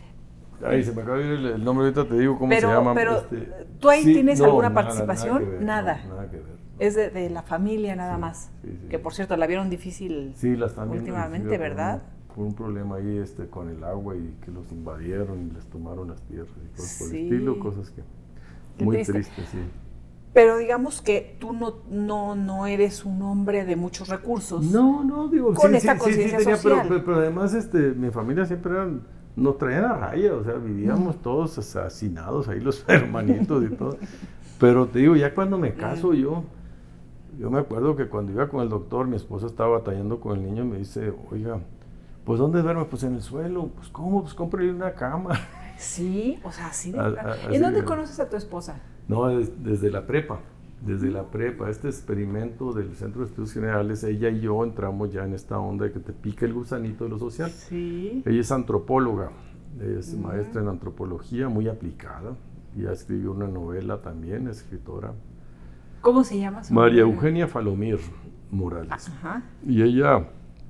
Ay, se me acaba de ir el, el nombre, ahorita te digo cómo Pero- se llama. pero, este, ¿tú ahí sí, tienes no, alguna nada, participación? Nada. que ver, Nada. no, nada que ver. Es de, de la familia nada Sí, más. sí, sí. Que por cierto, la vieron difícil Sí, la están viendo últimamente, difícil, ¿verdad? Por un, por un problema ahí este, con el agua y que los invadieron y les tomaron las tierras y cosas por el Sí. estilo, cosas que Qué muy triste. tristes, sí. Pero digamos que tú no, no, no eres un hombre de muchos recursos. No, no, digo, Con sí, esta sí, sí, conciencia sí tenía, pero, social. pero, pero además este, mi familia siempre eran, nos traían a raya, o sea, vivíamos Mm. todos asesinados ahí los hermanitos y todo. Pero te digo, ya cuando me caso Mm. yo, yo me acuerdo que cuando iba con el doctor, mi esposa estaba batallando con el niño y me dice, oiga, pues ¿dónde duerme? Pues en el suelo. Pues ¿cómo? Pues cómprale una cama. Sí, o sea, así de A- plano. a- así ¿En dónde de- conoces a tu esposa? No, des- desde la prepa, desde la prepa, este experimento del Centro de Estudios Generales, ella y yo entramos ya en esta onda de que te pica el gusanito de lo social. Sí. Ella es antropóloga, es Mm. maestra en antropología, muy aplicada, ya escribió una novela también, escritora, ¿Cómo se llama su María nombre? Eugenia Falomir Morales. Ajá. Y ella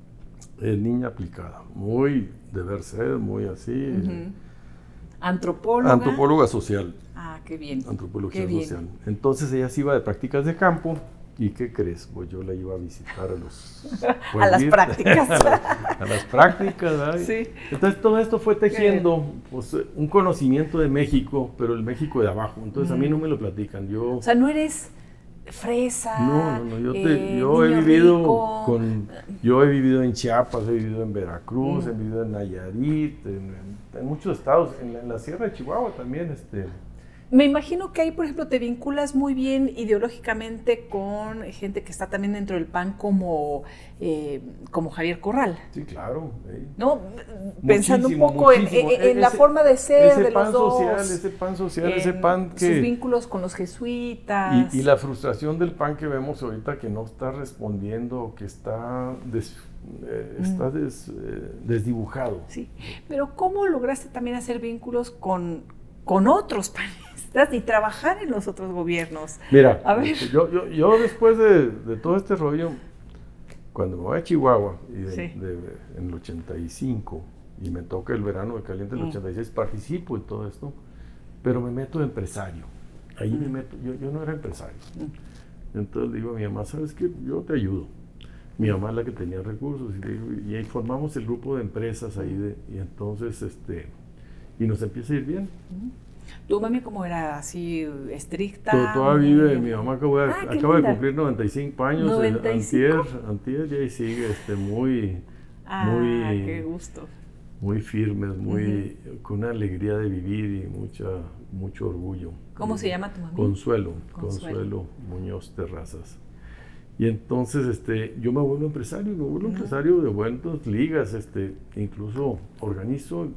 es niña aplicada, muy deber ser, muy así, Ujú. Antropóloga. antropóloga social. Ah, qué bien. Antropología Qué bien. social. Entonces ella se iba de prácticas de campo. ¿Y qué crees? Pues yo la iba a visitar a los A las pueblitos, prácticas. a, las, a las prácticas, ¿verdad? Sí. Entonces todo esto fue tejiendo pues, un conocimiento de México, pero el México de abajo. Entonces a mí Mm. no me lo platican. Yo O sea, no eres fresa. No, no, no, yo, te, eh, yo he niño vivido rico. con, yo he vivido en Chiapas, he vivido en Veracruz, Mm. he vivido en Nayarit, en, en, en muchos estados, en la, en la Sierra de Chihuahua también, este, Me imagino que ahí, por ejemplo, te vinculas muy bien ideológicamente con gente que está también dentro del P A N como, eh, como Javier Corral, sí, claro. eh. ¿no? Pensando un Muchísimo, poco en, muchísimo. en- en E- la ese- forma de ser ese de pan los dos, social, ese pan social, ese en pan sus que... vínculos con los jesuitas. Y, y la frustración del P A N que vemos ahorita que no está respondiendo, que está, des, eh, está des, eh, desdibujado. Sí, pero ¿cómo lograste también hacer vínculos con, con otros panistas y trabajar en los otros gobiernos? Mira, A ver. yo, yo, yo después de, de todo este rollo, cuando me voy a Chihuahua, y de, Sí. de, en el ochenta y cinco, y me toca el verano de caliente del Mm. ochenta y seis, participo en todo esto, pero me meto de empresario. Ahí Mm. me meto, yo, yo no era empresario. Mm. Entonces le digo a mi mamá, ¿sabes qué? Yo te ayudo. Mi mamá es la que tenía recursos, y, le digo, y ahí formamos el grupo de empresas ahí, de, y entonces, este, y nos empieza a ir bien. ¿Tu mami cómo era? ¿Así estricta? To- Todavía vive, mi mamá acaba, de- Ah, qué acaba de linda. cumplir noventa y cinco años, eh, ¿noventa y antier, cinco? antier, y ahí sigue, este, muy, Ah, muy, qué gusto. muy firmes, muy, con una alegría de vivir y mucha, mucho orgullo. ¿Cómo Y se llama tu mami? Consuelo, Consuelo. Consuelo Muñoz Terrazas. Y entonces este, yo me vuelvo empresario, me vuelvo Ujú. empresario de buenas ligas, este, incluso organizo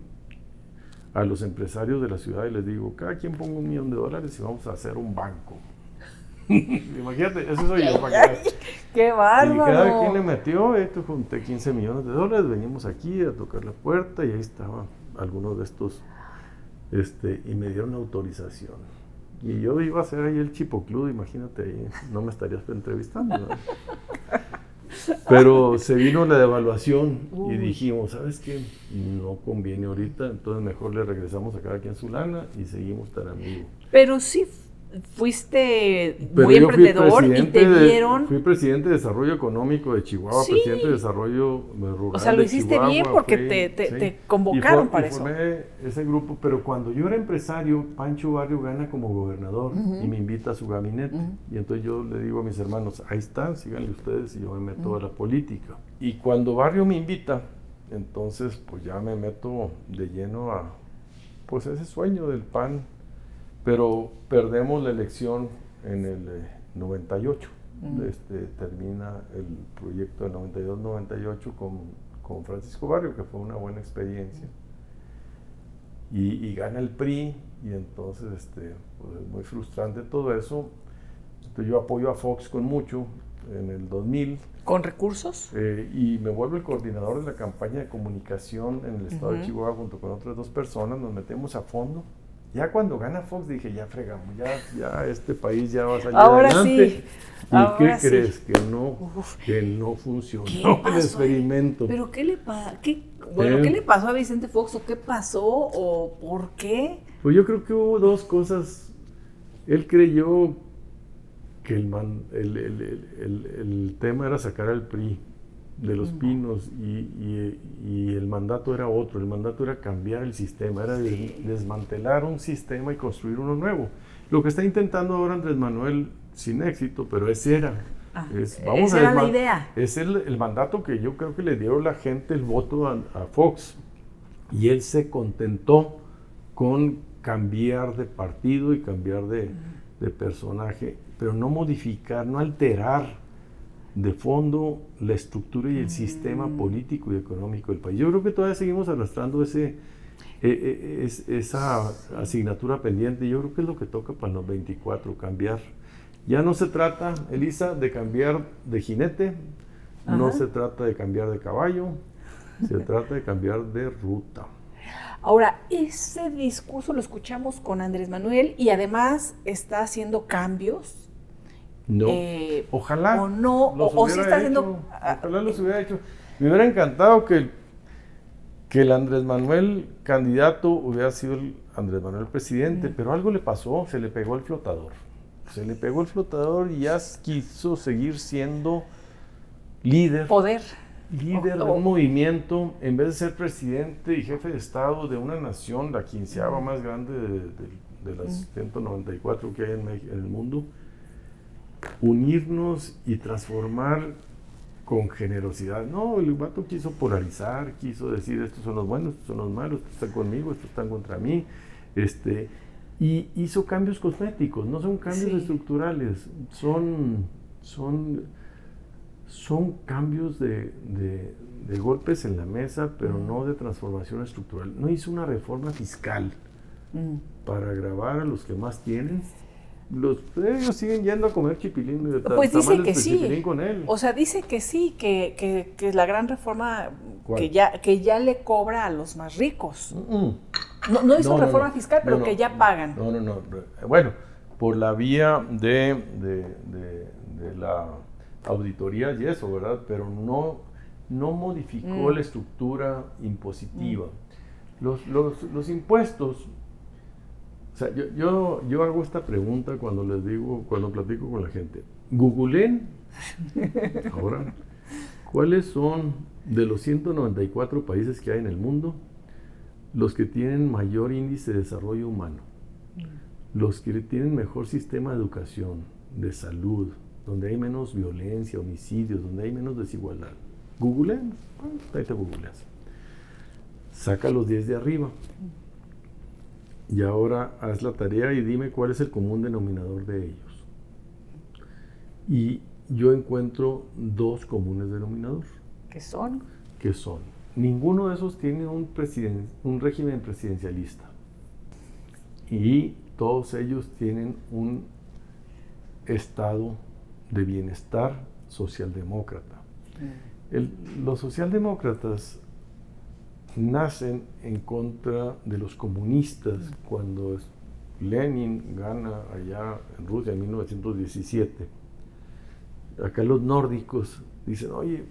a los empresarios de la ciudad y les digo, cada quien ponga un millón de dólares y vamos a hacer un banco. Imagínate, eso soy yo. Para que, ¡Qué y bárbaro! cada quien le metió, esto junté quince millones de dólares, venimos aquí a tocar la puerta y ahí estaban algunos de estos, este, y me dieron la autorización. Y yo iba a ser ahí el chipocludo, imagínate, ahí no me estarías entrevistando, ¿no? Pero se vino la devaluación Uy. y dijimos, ¿sabes qué? No conviene ahorita, entonces mejor le regresamos a cada quien su lana y seguimos tan amigos. Pero sí fuiste Pero muy yo fui emprendedor y presidente te de- vieron. Fui presidente de Desarrollo Económico de Chihuahua, Sí. presidente de Desarrollo Rural O sea, lo de hiciste Chihuahua, bien porque fui- te- te- sí. te convocaron Y for- para y eso. formé ese grupo, pero cuando yo era empresario, Pancho Barrio gana como gobernador Ujú. y me invita a su gabinete. Ujú. Y entonces yo le digo a mis hermanos, ahí están, síganle ustedes y yo me meto a la política. Y cuando Barrio me invita, entonces pues ya me meto de lleno a pues ese sueño del P A N, pero perdemos la elección en el eh, noventa y ocho. Mm. Este, termina el proyecto del noventa y dos noventa y ocho con, con Francisco Barrio, que fue una buena experiencia. Y, y gana el P R I, y entonces este, pues, es muy frustrante todo eso. Entonces yo apoyo a Fox con mucho en el dos mil. ¿Con recursos? Eh, y me vuelvo el coordinador de la campaña de comunicación en el estado Ujú. de Chihuahua junto con otras dos personas, nos metemos a fondo. Ya cuando gana Fox dije, ya fregamos, ya, ya este país ya va a salir Ahora adelante. sí, ¿Y ahora qué sí. crees? Que no, Uf. que no funcionó ¿Qué el pasó ahí? experimento. ¿Pero qué le pasó? Bueno, Eh. ¿qué le pasó a Vicente Fox? ¿O qué pasó? ¿O por qué? Pues yo creo que hubo dos cosas. Él creyó que el, man- el, el- el- el- el tema era sacar al P R I de los Mm. Pinos y, y- y el mandato era otro, el mandato era cambiar el sistema, era des- desmantelar un sistema y construir uno nuevo. Lo que está intentando ahora Andrés Manuel sin éxito, pero ese era. Ah, Es, esa era la desman- idea. Es el, el mandato que yo creo que le dio la gente el voto a, a Fox. Y él se contentó con cambiar de partido y cambiar de, de personaje, pero no modificar, no alterar de fondo la estructura y el sistema político y económico del país. Yo creo que todavía seguimos arrastrando ese, eh, eh, es- esa asignatura pendiente. Yo creo que es lo que toca para los veinticuatro, cambiar. Ya no se trata, Elisa, de cambiar de jinete, no Ajá. se trata de cambiar de caballo, se trata de cambiar de ruta. Ahora, ese discurso lo escuchamos con Andrés Manuel y además está haciendo cambios. No, Eh, ojalá o no, los o, o sí hubiera está hecho, haciendo. ojalá los hubiera hecho. Me hubiera encantado que, que el Andrés Manuel candidato hubiera sido el Andrés Manuel presidente, Mm. pero algo le pasó, se le pegó el flotador. Se le pegó el flotador y ya quiso seguir siendo líder. Poder. líder O- de o- un movimiento, en vez de ser presidente y jefe de Estado de una nación, la quinceava más grande de, de- de las ciento noventa y cuatro que hay en, Mex- en el mundo, unirnos y transformar con generosidad. No, el vato quiso polarizar, quiso decir estos son los buenos, estos son los malos, estos están conmigo, estos están contra mí, este, y hizo cambios cosméticos, no son cambios sí. estructurales, son, son, son cambios de, de, de golpes en la mesa, pero mm. no de transformación estructural. No hizo una reforma fiscal mm. para agravar a los que más tienen. Los, ellos siguen yendo a comer chipilín de pues dice que sí, chipilín con él. O sea, dice que sí, que, que, que la gran reforma que ya, que ya le cobra a los más ricos. Mm-mm. No, no hizo no, reforma no, fiscal, pero no, que ya pagan. No, no, no. Bueno, por la vía de, de, de, de la auditoría y eso, ¿verdad? Pero no, no modificó mm. la estructura impositiva. Mm. Los, los, los impuestos. O sea, yo, yo, yo hago esta pregunta cuando les digo, cuando platico con la gente. Googleen ahora cuáles son de los ciento noventa y cuatro países que hay en el mundo los que tienen mayor índice de desarrollo humano, los que tienen mejor sistema de educación, de salud, donde hay menos violencia, homicidios, donde hay menos desigualdad. Googleen, ahí te googleas. Saca los diez de arriba. Y ahora haz la tarea y dime cuál es el común denominador de ellos. Y yo encuentro dos comunes denominadores. ¿Qué son? ¿Qué son? Ninguno de esos tiene un, presiden- un régimen presidencialista. Y todos ellos tienen un estado de bienestar socialdemócrata. Mm. El, los socialdemócratas nacen en contra de los comunistas mm. cuando Lenin gana allá en Rusia en mil novecientos diecisiete. Acá los nórdicos dicen, oye,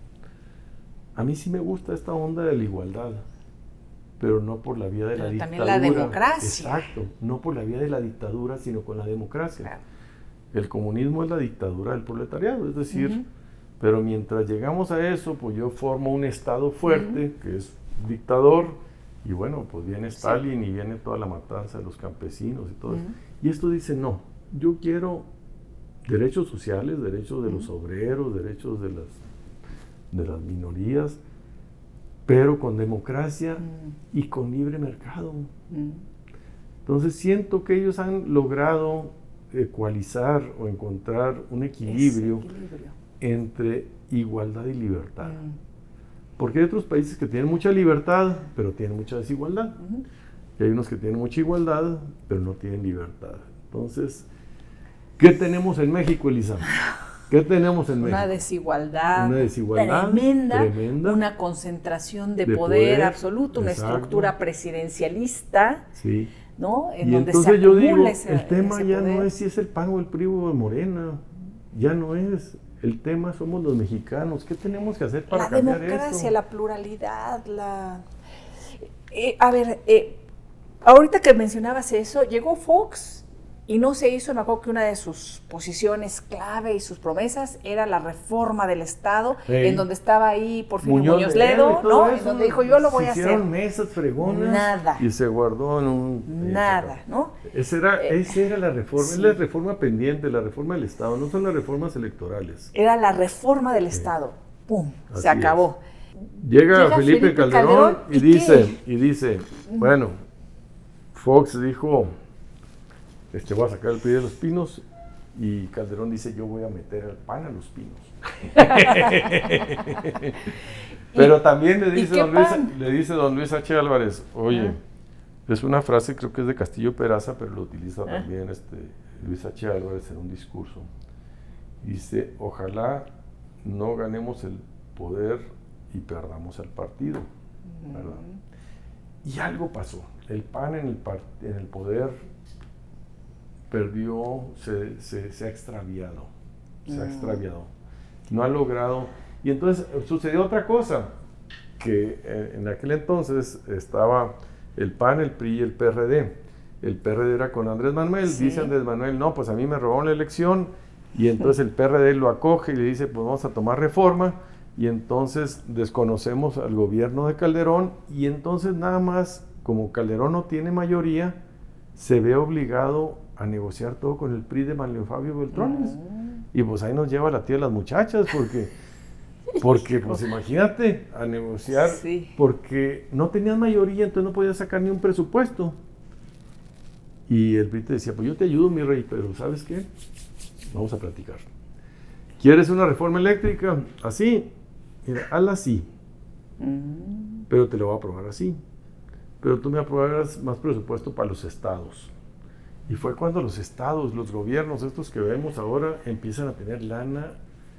a mí sí me gusta esta onda de la igualdad, pero no por la vía de pero la también dictadura. También la democracia. Exacto, no por la vía de la dictadura, sino con la democracia. Claro. El comunismo es la dictadura del proletariado, es decir, uh-huh. pero mientras llegamos a eso, pues yo formo un estado fuerte, uh-huh. que es dictador, y bueno, pues viene Stalin sí. y viene toda la matanza de los campesinos y todo uh-huh. eso. Y esto dice, no, yo quiero derechos sociales, derechos de uh-huh. los obreros, derechos de las, de las minorías, pero con democracia uh-huh. y con libre mercado. Uh-huh. Entonces siento que ellos han logrado ecualizar o encontrar un equilibrio, equilibrio. entre igualdad y libertad. Uh-huh. Porque hay otros países que tienen mucha libertad, pero tienen mucha desigualdad. Uh-huh. Y hay unos que tienen mucha igualdad, pero no tienen libertad. Entonces, ¿qué tenemos en México, Elisa? ¿Qué tenemos en México? Una desigualdad, una desigualdad tremenda, tremenda, una concentración de, de poder, poder absoluto, una exacto. estructura presidencialista, sí. ¿no? En y donde entonces se yo digo, ese, el tema ya poder. no es si es el P A N o el P R I o el Morena, ya no es. El tema somos los mexicanos. ¿Qué tenemos que hacer para la cambiar esto? La democracia, la pluralidad, la... Eh, a ver, eh, ahorita que mencionabas eso, llegó Fox y no se hizo, me acuerdo que una de sus posiciones clave y sus promesas era la reforma del Estado, sí. en donde estaba ahí Porfirio Muñoz, Muñoz Ledo, ¿no? En donde dijo, yo lo voy a hacer. Hicieron mesas fregonas. Nada. Y se guardó en un... Nada, ¿no? Esa era, eh, esa era la reforma, sí. es la reforma pendiente, la reforma del Estado, no son las reformas electorales. Era la reforma del sí. Estado. ¡Pum! Así se acabó. Es. Llega, Llega Felipe, Felipe Calderón, Calderón y, y dice, y dice, bueno, Fox dijo... Este, voy a sacar el P R I de los Pinos, y Calderón dice, yo voy a meter el P A N a los Pinos. Pero también le dice, don Luis, le dice don Luis H. Álvarez, oye, ah. es una frase, creo que es de Castillo Peraza, pero lo utiliza ah. también este, Luis H. Álvarez en un discurso. Dice, ojalá no ganemos el poder y perdamos el partido. ¿Verdad? Mm. Y algo pasó. El P A N en el, par- en el poder perdió, se, se, se ha extraviado, se mm. ha extraviado, no ha logrado, y entonces sucedió otra cosa, que eh, en aquel entonces estaba el P A N, el P R I y el P R D, el P R D era con Andrés Manuel, sí. dice Andrés Manuel, no, pues a mí me robaron la elección, y entonces el P R D lo acoge y le dice, pues vamos a tomar reforma, y entonces desconocemos al gobierno de Calderón, y entonces nada más, como Calderón no tiene mayoría, se ve obligado a negociar todo con el P R I de Manlio Fabio Beltrones. Mm. Y pues ahí nos lleva la tía de las muchachas, porque, porque pues imagínate, a negociar, Sí. porque no tenían mayoría, entonces no podías sacar ni un presupuesto. Y el P R I te decía, pues yo te ayudo, mi rey, pero ¿sabes qué? Vamos a platicar. ¿Quieres una reforma eléctrica? Así, mira, hazla así, Mm. pero te lo voy a aprobar así. Pero tú me aprobas más presupuesto para los estados. Y fue cuando los estados, los gobiernos, estos que vemos ahora, empiezan a tener lana,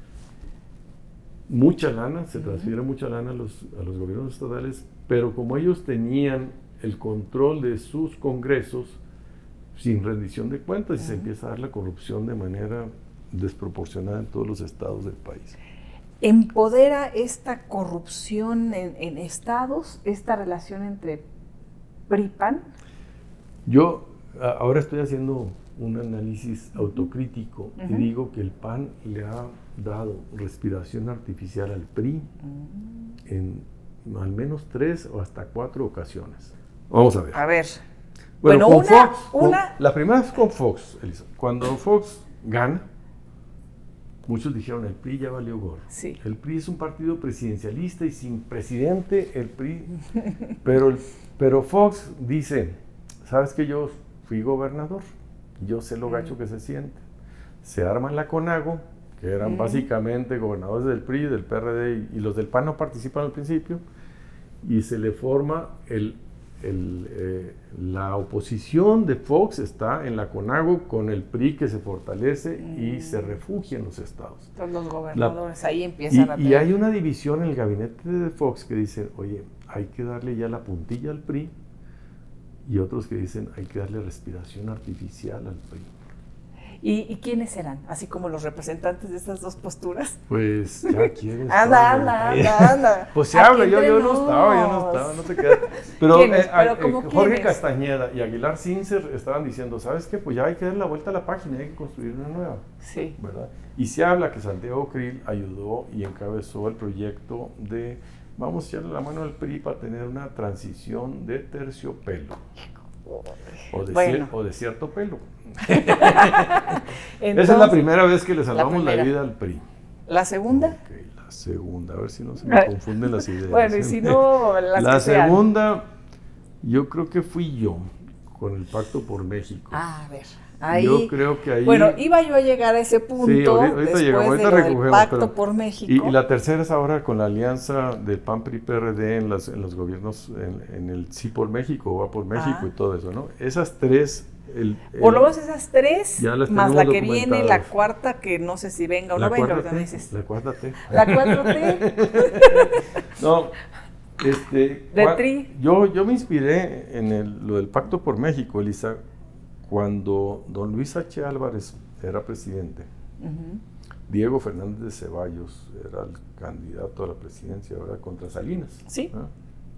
mucha lana, se transfiere mucha lana a los, a los gobiernos estatales, pero como ellos tenían el control de sus congresos, sin rendición de cuentas, y se empieza a dar la corrupción de manera desproporcionada en todos los estados del país. ¿Empodera esta corrupción en, en estados, esta relación entre P R I P A N? Yo a, ahora estoy haciendo un análisis autocrítico uh-huh. y digo que el P A N le ha dado respiración artificial al P R I uh-huh. en al menos tres o hasta cuatro ocasiones. Vamos a ver. A ver. Bueno, bueno con una, Fox, una... Con, la primera es con Fox, Elisa. Cuando Fox gana, muchos dijeron, el P R I ya valió gorro. Sí. El P R I es un partido presidencialista y sin presidente, el P R I... pero, pero Fox dice, ¿sabes que yo fui gobernador? Yo sé lo gacho mm. que se siente. Se arman la CONAGO, que eran mm. básicamente gobernadores del P R I, del P R D, y los del P A N no participan al principio, y se le forma el... El, eh, la oposición de Fox está en la CONAGO con el P R I que se fortalece mm. y se refugia en los estados. Entonces los gobernadores la, ahí empiezan y, a tener... Y hay una división en el gabinete de Fox que dice, oye, hay que darle ya la puntilla al P R I, y otros que dicen, hay que darle respiración artificial al P R I. ¿Y, ¿Y quiénes serán? Así como los representantes de estas dos posturas. Pues ya quieres. anda, anda, anda, anda. Pues se habla, yo, yo no estaba, yo no estaba, no te quedas. Pero, eh, Pero eh, ¿cómo Jorge quiénes? Castañeda y Aguilar Sincer estaban diciendo, ¿sabes qué? Pues ya hay que dar la vuelta a la página, hay que construir una nueva. Sí. ¿Verdad? Y se habla que Santiago Krill ayudó y encabezó el proyecto de, vamos a echarle la mano al P R I para tener una transición de terciopelo. O de, bueno. cier- o de cierto pelo. Entonces, esa es la primera vez que le salvamos la, la vida al P R I. ¿La segunda? Okay, la segunda, a ver si no se me confunden las ideas. Bueno, y si no, las La que segunda, sean. Yo creo que fui yo, con el Pacto por México. Ah, a ver. Ahí, yo creo que ahí... Bueno, iba yo a llegar a ese punto sí, ahorita, ahorita después llegamos, ahorita de lo recogemos, del Pacto pero, por México. Y, y la tercera es ahora con la alianza del P A N, P R I, P R D en, las, en los gobiernos, en, en el Sí por México, Va por México ah. y todo eso, ¿no? Esas tres... El, el, por lo menos esas tres, más la que viene, la cuarta cuarta, que no sé si venga o no venga, ahorita me dices. La cuarta T. La cuatro T. No, este... De T R I. Yo, yo me inspiré en el, lo del Pacto por México, Elisa, cuando don Luis H. Álvarez era presidente. Uh-huh. Diego Fernández de Ceballos era el candidato a la presidencia, ¿verdad? Contra Salinas. Sí. ¿Ah?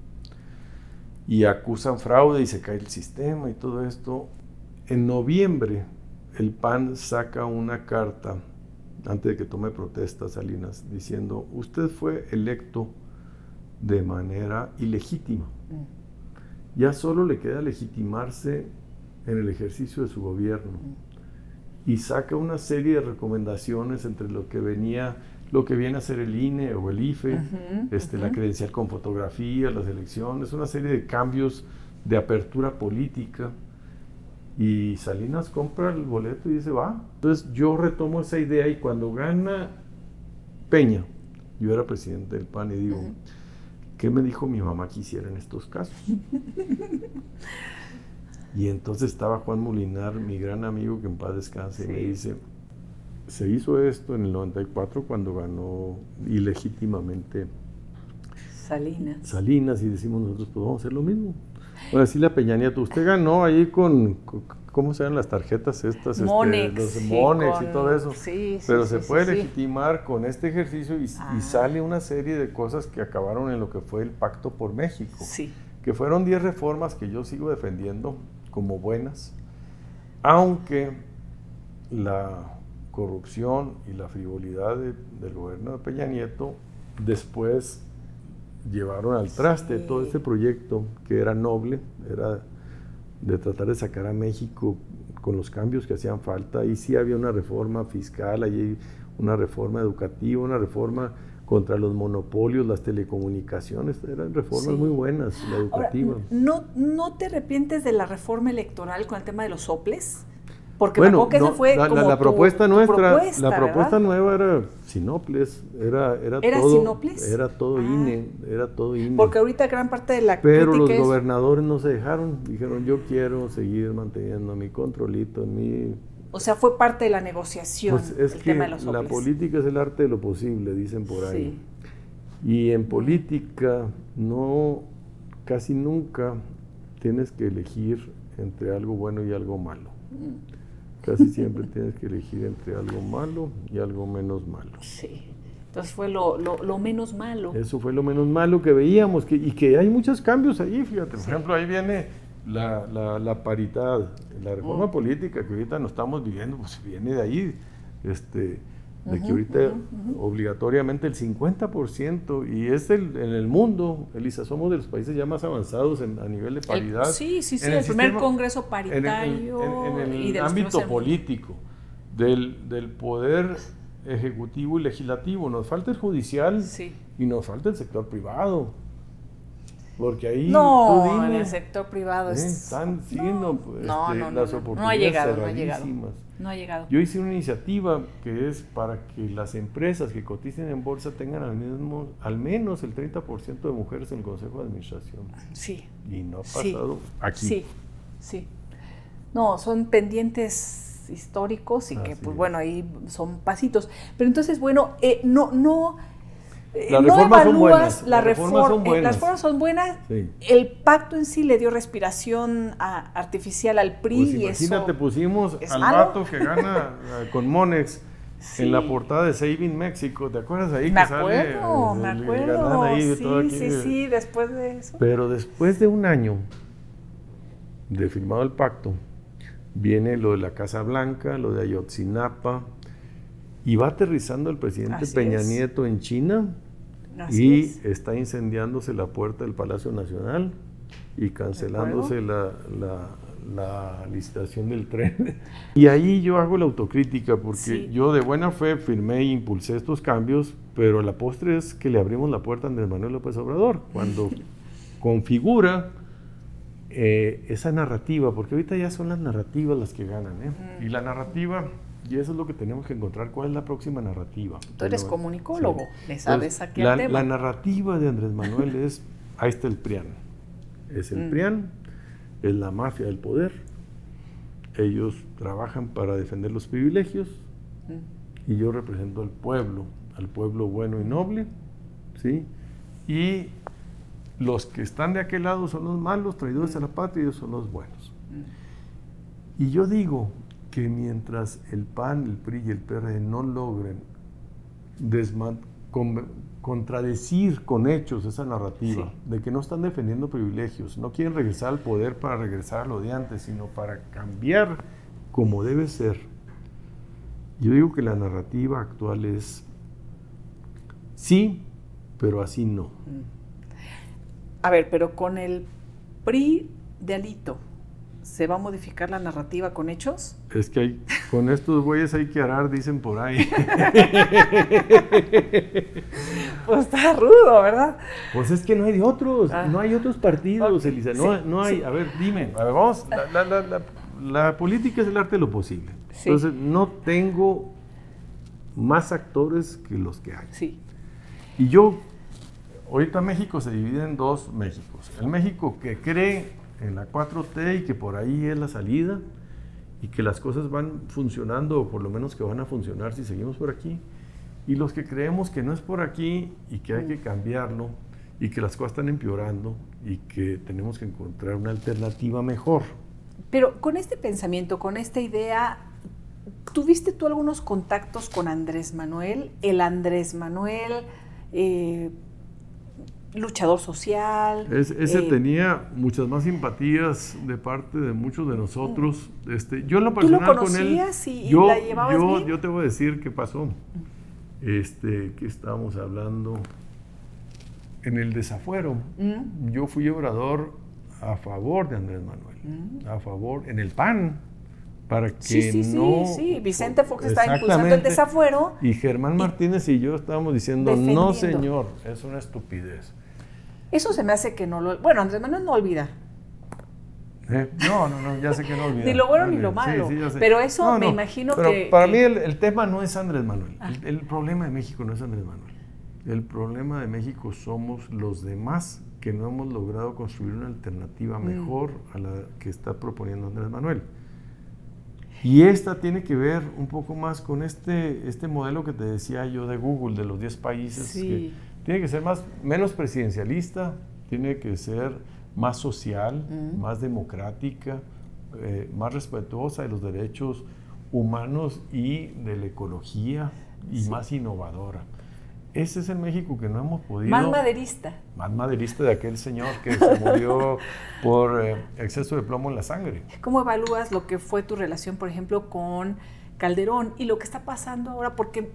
Y acusan fraude y se cae el sistema y todo esto. En noviembre, el P A N saca una carta, antes de que tome protesta Salinas, diciendo, usted fue electo de manera ilegítima. Mm. Ya solo le queda legitimarse en el ejercicio de su gobierno. Mm. Y saca una serie de recomendaciones entre lo que venía, lo que viene a ser el I N E o el I F E, uh-huh, este, uh-huh. la credencial con fotografía, las elecciones, una serie de cambios de apertura política. Y Salinas compra el boleto y dice, va. Entonces yo retomo esa idea y cuando gana Peña, yo era presidente del P A N y digo, uh-huh. ¿qué me dijo mi mamá que hiciera en estos casos? Y entonces estaba Juan Molinar, mi gran amigo que en paz descanse, sí. y me dice, se hizo esto en el noventa y cuatro cuando ganó ilegítimamente Salinas. Salinas y decimos nosotros, pues vamos a hacer lo mismo. Ahora sí, la Peña Nieto, usted ganó ahí con, con ¿cómo se llaman las tarjetas estas? Monex. Este, los sí, Monex con, y todo eso. Sí, sí, Pero sí, se sí, puede sí, legitimar sí. con este ejercicio y, ah. y sale una serie de cosas que acabaron en lo que fue el Pacto por México. Sí. Que fueron diez reformas que yo sigo defendiendo como buenas, aunque la corrupción y la frivolidad de, del gobierno de Peña Nieto después llevaron al traste sí. todo este proyecto que era noble, era de tratar de sacar a México con los cambios que hacían falta. Ahí sí había una reforma fiscal, ahí una reforma educativa, una reforma contra los monopolios, las telecomunicaciones, eran reformas sí. muy buenas, la educativa. Ahora, ¿no, ¿no te arrepientes de la reforma electoral con el tema de los soples? Porque bueno, que no, esa fue la, como la, la tu, propuesta tu nuestra, propuesta, la propuesta ¿verdad? nueva era Sinoples, era, era, ¿Era todo, Sinoples? era todo ah. I N E, era todo I N E. Porque ahorita gran parte de la Pero crítica los es... gobernadores no se dejaron, dijeron yo quiero seguir manteniendo mi controlito, mi... O sea, fue parte de la negociación, pues es el que tema de los soples. La política es el arte de lo posible, dicen por ahí. Sí. Y en política no, casi nunca tienes que elegir entre algo bueno y algo malo. Mm. Casi siempre tienes que elegir entre algo malo y algo menos malo. Sí, entonces fue lo, lo, lo menos malo. Eso fue lo menos malo que veíamos, que, y que hay muchos cambios ahí, fíjate. Por sí. ejemplo, ahí viene la, la, la paridad, la reforma mm. política que ahorita no estamos viviendo, pues viene de ahí, este, de uh-huh, que ahorita uh-huh, uh-huh. obligatoriamente el cincuenta por ciento, y es el, en el mundo, Elisa, somos de los países ya más avanzados en, a nivel de paridad. El, sí, sí, sí, el, el primer sistema, congreso paritario. En, en, en, en el y de ámbito político, del, del poder ejecutivo y legislativo. Nos falta el judicial sí. y nos falta el sector privado. Porque ahí no, tú dime, en el sector privado ¿eh? es... están siendo no, este, no, no, las no, oportunidades no ha llegado, cerradísimas. No ha llegado. No ha llegado. Yo hice una iniciativa que es para que las empresas que coticen en bolsa tengan al, mismo, al menos el treinta por ciento de mujeres en el consejo de administración. Sí. Y no ha pasado sí. aquí. Sí, sí. No, son pendientes históricos y Así que, pues es. bueno, ahí son pasitos. Pero entonces, bueno, eh, no, no... Las no reformas evalúas son buenas. la Las reformas reforma, son buenas. Eh, las reformas son buenas. Sí. El pacto en sí le dio respiración a, artificial al P R I. Pues y imagínate, eso pusimos al malo? vato que gana con Monex sí. en la portada de Saving México. ¿Te acuerdas ahí? Me que acuerdo, sale, me el, acuerdo. el ahí, sí, todo aquí. sí, sí, después de eso. Pero después de un año de firmado el pacto, viene lo de la Casa Blanca, lo de Ayotzinapa, y va aterrizando el presidente Así Peña es. Nieto en China. Así y es. está incendiándose la puerta del Palacio Nacional y cancelándose la, la, la licitación del tren. Y ahí yo hago la autocrítica porque sí. yo de buena fe firmé e impulsé estos cambios, pero la postre es que le abrimos la puerta a Andrés Manuel López Obrador cuando configura eh, esa narrativa, porque ahorita ya son las narrativas las que ganan, ¿eh? Mm. Y la narrativa... Y eso es lo que tenemos que encontrar, cuál es la próxima narrativa. Tú eres Pero, comunicólogo, sí. le sabes Entonces, aquí la, al tema. La narrativa de Andrés Manuel es, ahí está el PRIAN. Es el mm. PRIAN, es la mafia del poder. Ellos trabajan para defender los privilegios mm. y yo represento al pueblo, al pueblo bueno y noble, ¿sí? Y los que están de aquel lado son los malos, traidores mm. a la patria, y ellos son los buenos. Mm. Y yo digo... que mientras el P A N, el P R I y el P R D no logren con, contradecir con hechos esa narrativa sí. de que no están defendiendo privilegios, no quieren regresar al poder para regresar a lo de antes, sino para cambiar como debe ser. Yo digo que la narrativa actual es sí, pero así no. A ver, pero con el P R I de Alito, ¿se va a modificar la narrativa con hechos? Es que hay, con estos güeyes hay que arar, dicen por ahí. Pues está rudo, ¿verdad? Pues es que no hay de otros, ah. no hay otros partidos, okay. Elisa. No, sí, no hay, sí. a ver, dime, a ver, vamos, la, la, la, la, la política es el arte de lo posible. Sí. Entonces, no tengo más actores que los que hay. Sí. Y yo, ahorita México se divide en dos Méxicos. El México que cree en la cuatro T y que por ahí es la salida y que las cosas van funcionando, o por lo menos que van a funcionar si seguimos por aquí, y los que creemos que no es por aquí y que hay que cambiarlo y que las cosas están empeorando y que tenemos que encontrar una alternativa mejor. Pero con este pensamiento, con esta idea, ¿tuviste tú algunos contactos con Andrés Manuel? El Andrés Manuel... Eh, luchador social. Es, ese eh, tenía muchas más simpatías de parte de muchos de nosotros. Este, yo en lo personal ¿Tú lo con él, y, yo, y la llevabas yo, bien? yo te voy a decir qué pasó. Este, que estábamos hablando en el desafuero. Mm. Yo fui obrador a favor de Andrés Manuel, mm. a favor, en el P A N, para que sí, sí, no... Sí, sí, Vicente Fox está impulsando el desafuero. Y Germán Martínez y, y yo estábamos diciendo, no señor, es una estupidez. Eso se me hace que no lo... Bueno, Andrés Manuel no olvida. ¿Eh? No, no, no, ya sé que no olvida. Ni lo bueno no, ni lo malo. Sí, sí, pero eso no, me no, imagino pero que... Para que... mí el, el tema no es Andrés Manuel. Ah. El, el problema de México no es Andrés Manuel. El problema de México somos los demás que no hemos logrado construir una alternativa mejor mm. a la que está proponiendo Andrés Manuel. Y esta tiene que ver un poco más con este, este modelo que te decía yo de Google, de los diez países. Sí. Que tiene que ser más, menos presidencialista, tiene que ser más social, mm. más democrática, eh, más respetuosa de los derechos humanos y de la ecología y sí. más innovadora. Ese es el México que no hemos podido... Más maderista. Más maderista de aquel señor que se murió por eh, exceso de plomo en la sangre. ¿Cómo evalúas lo que fue tu relación, por ejemplo, con Calderón y lo que está pasando ahora? Porque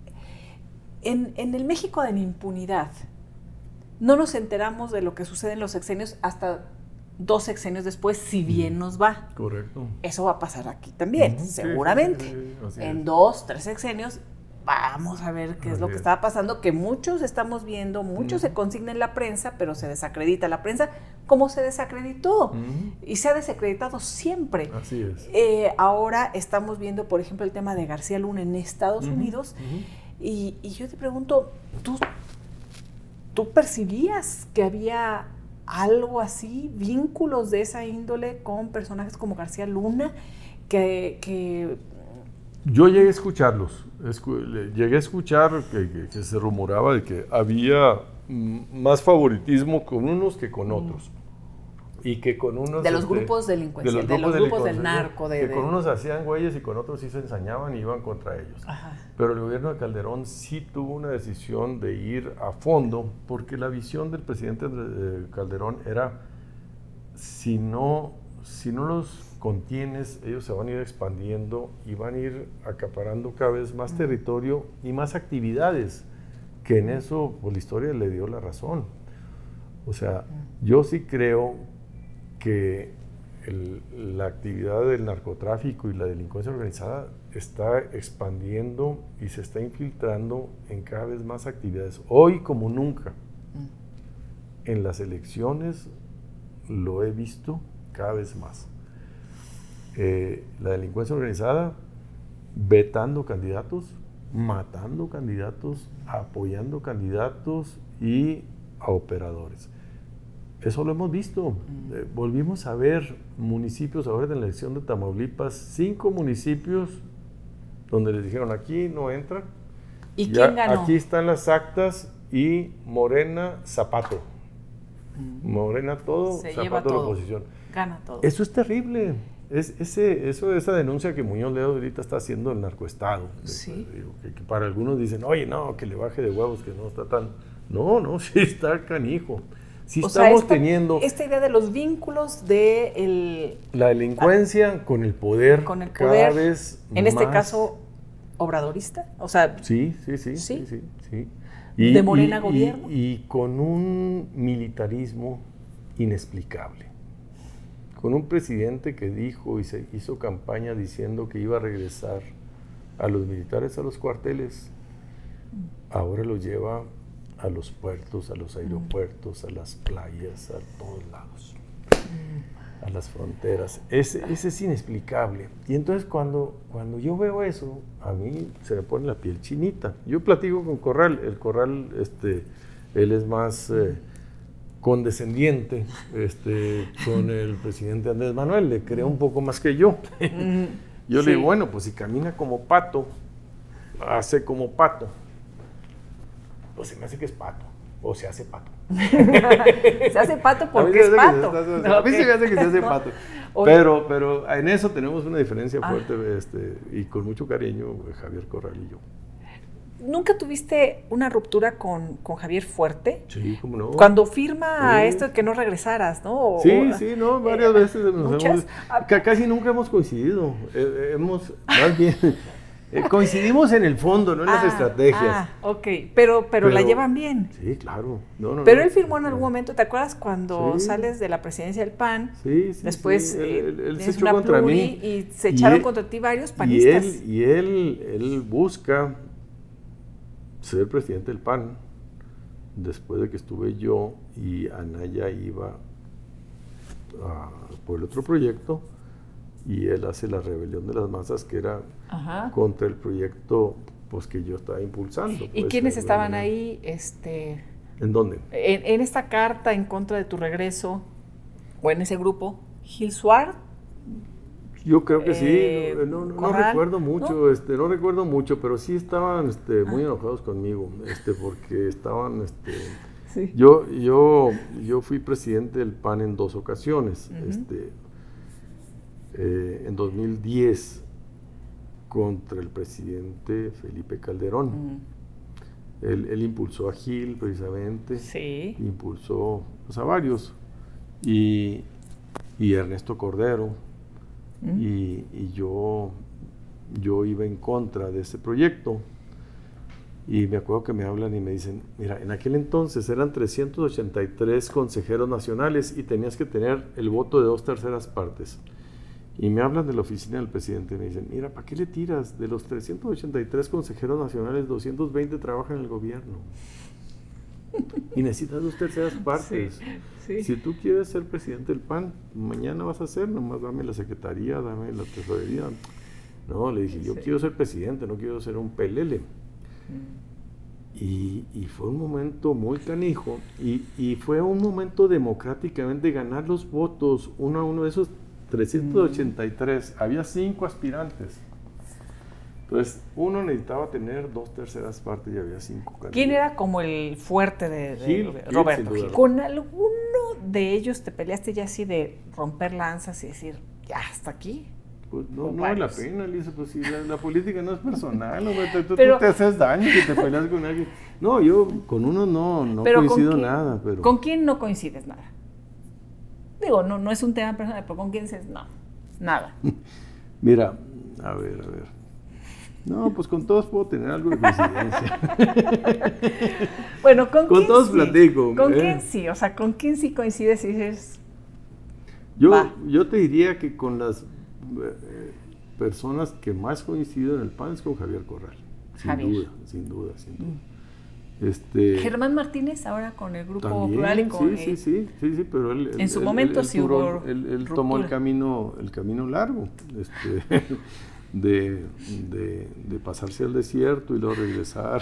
en, en el México de la impunidad no nos enteramos de lo que sucede en los sexenios hasta dos sexenios después, si bien nos va. Correcto. Eso va a pasar aquí también, uh-huh. seguramente. Sí, sí, sí, en es. dos, tres sexenios... Vamos a ver qué es lo que está pasando, que muchos estamos viendo, muchos uh-huh. se consigna en la prensa, pero se desacredita la prensa, como se desacreditó, uh-huh. y se ha desacreditado siempre. Así es. Eh, ahora estamos viendo, por ejemplo, el tema de García Luna en Estados uh-huh. Unidos, uh-huh. y, y yo te pregunto, ¿tú, ¿tú percibías que había algo así, vínculos de esa índole con personajes como García Luna, que... que Yo llegué a escucharlos, escu llegué a escuchar que, que, que se rumoraba de que había más favoritismo con unos que con otros. Y que con unos... De los grupos delincuenciales, de los grupos, de los grupos del narco. De, que de... con unos hacían güeyes y con otros sí se ensañaban y iban contra ellos. Ajá. Pero el gobierno de Calderón sí tuvo una decisión de ir a fondo, porque la visión del presidente Calderón era, si no, si no los... contienes, ellos se van a ir expandiendo y van a ir acaparando cada vez más territorio y más actividades, que en eso pues, la historia le dio la razón. O sea, yo sí creo que el, la actividad del narcotráfico y la delincuencia organizada está expandiendo y se está infiltrando en cada vez más actividades. Hoy como nunca, en las elecciones lo he visto cada vez más. Eh, la delincuencia organizada vetando candidatos, matando candidatos, apoyando candidatos y a operadores. Eso lo hemos visto. Mm. Eh, volvimos a ver municipios, ahora en la elección de Tamaulipas, cinco municipios donde les dijeron aquí no entran. ¿Y ya, quién ganó? Aquí están las actas y Morena, Zapato. Mm. Morena todo, Se Zapato lleva la todo. oposición. Gana todo. Eso es terrible. Es, ese, eso, esa denuncia que Muñoz Ledo ahorita está haciendo el narcoestado. Sí. Que, que para algunos dicen, oye, no, que le baje de huevos, que no está tan... No, no, sí está canijo. Sí o estamos sea, esta, teniendo... Esta idea de los vínculos de el... La delincuencia ah, con el poder, con el poder cada vez en más... este caso, obradorista. O sea... Sí, sí, sí. Sí, sí, sí, sí. Y, de Morena y, gobierno. Y, y con un militarismo inexplicable. Con un presidente que dijo y se hizo campaña diciendo que iba a regresar a los militares a los cuarteles, ahora los lleva a los puertos, a los aeropuertos, a las playas, a todos lados, a las fronteras. Ese, ese es inexplicable. Y entonces cuando, cuando yo veo eso, a mí se me pone la piel chinita. Yo platico con Corral, el Corral, este, él es más... Eh, condescendiente este, con el presidente Andrés Manuel, le creo un poco más que yo. Yo sí. le digo, bueno, pues si camina como pato, hace como pato, pues se me hace que es pato, o se hace pato. Se hace pato porque es pato. Se, se, a mí se me hace que se hace pato. Pero, pero en eso tenemos una diferencia fuerte ah. este, y con mucho cariño Javier Corral y yo. ¿Nunca tuviste una ruptura con, con Javier fuerte? Sí, cómo no. Cuando firma sí. esto de que no regresaras, ¿no? O, sí, sí, no, varias eh, veces nos ¿muchas? hemos... Casi nunca hemos coincidido. Eh, hemos, más bien, Eh, coincidimos en el fondo, no en ah, las estrategias. Ah, ok, pero, pero, pero la llevan bien. Sí, claro. No, no, pero no. él firmó en algún momento, ¿te acuerdas cuando sí. sales de la presidencia del P A N? Sí, sí, después sí. eh, Él, él se tienes echó una contra pluri mí. y se echaron él, contra ti varios panistas. Y él, y él, él busca ser presidente del P A N después de que estuve yo y Anaya iba a, por el otro proyecto y él hace la rebelión de las masas que era Ajá. contra el proyecto pues que yo estaba impulsando. ¿Y pues, quiénes estaban manera. ahí? Este, ¿En dónde? En, en esta carta en contra de tu regreso o en ese grupo, Gil Suárez. Yo creo que eh, sí, no, no, no recuerdo mucho, ¿no? Este, no recuerdo mucho, pero sí estaban este, muy ah. enojados conmigo, este, porque estaban, este, sí. yo, yo, yo fui presidente del P A N en dos ocasiones, uh-huh. este, eh, en dos mil diez contra el presidente Felipe Calderón, uh-huh. él, él impulsó a Gil precisamente, sí. impulsó pues, a varios, y, y Ernesto Cordero. Y, y yo, yo iba en contra de ese proyecto y me acuerdo que me hablan y me dicen, mira, en aquel entonces eran trescientos ochenta y tres consejeros nacionales y tenías que tener el voto de dos terceras partes. Y me hablan de la oficina del presidente y me dicen, mira, ¿para qué le tiras? De los trescientos ochenta y tres consejeros nacionales, doscientos veinte trabajan en el gobierno. Y necesitas dos terceras partes. Sí, sí. Si tú quieres ser presidente del P A N, mañana vas a ser, nomás dame la secretaría, dame la tesorería. No, le dije, yo sí. quiero ser presidente, no quiero ser un pelele. Mm. Y, y fue un momento muy canijo, y, y fue un momento democráticamente de ganar los votos, uno a uno de esos trescientos ochenta y tres, mm. había cinco aspirantes. Entonces, uno necesitaba tener dos terceras partes y había cinco candidatos. ¿Quién era como el fuerte de, de Gil, Roberto Gil, Gil? ¿Con alguno de ellos te peleaste ya así de romper lanzas y decir, ya, hasta aquí? Pues no, no vale la pena, Lisa, pues si la, la política no es personal, no, tú, tú, pero, tú te haces daño si te peleas con alguien. No, yo con uno no, no coincido ¿con nada. Pero ¿con quién no coincides nada? Digo, no, no es un tema personal, pero ¿con quién dices no? Nada. Mira, a ver, a ver. No, pues con todos puedo tener algo de coincidencia. Bueno, ¿con, con quién todos sí? platico. ¿Con eh. quién sí? O sea, ¿con quién sí coincides y dices? Yo, va. yo te diría que con las eh, personas que más coincido en el P A N es con Javier Corral. Sin Javier. duda, sin duda, sin duda. Mm. Este, Germán Martínez ahora con el grupo también, plural y con sí, sí, sí, sí, sí, pero él, en él, su él, momento él, sí él, hubo él, él tomó el camino, el camino largo. Este, De, de, de pasarse al desierto y luego regresar,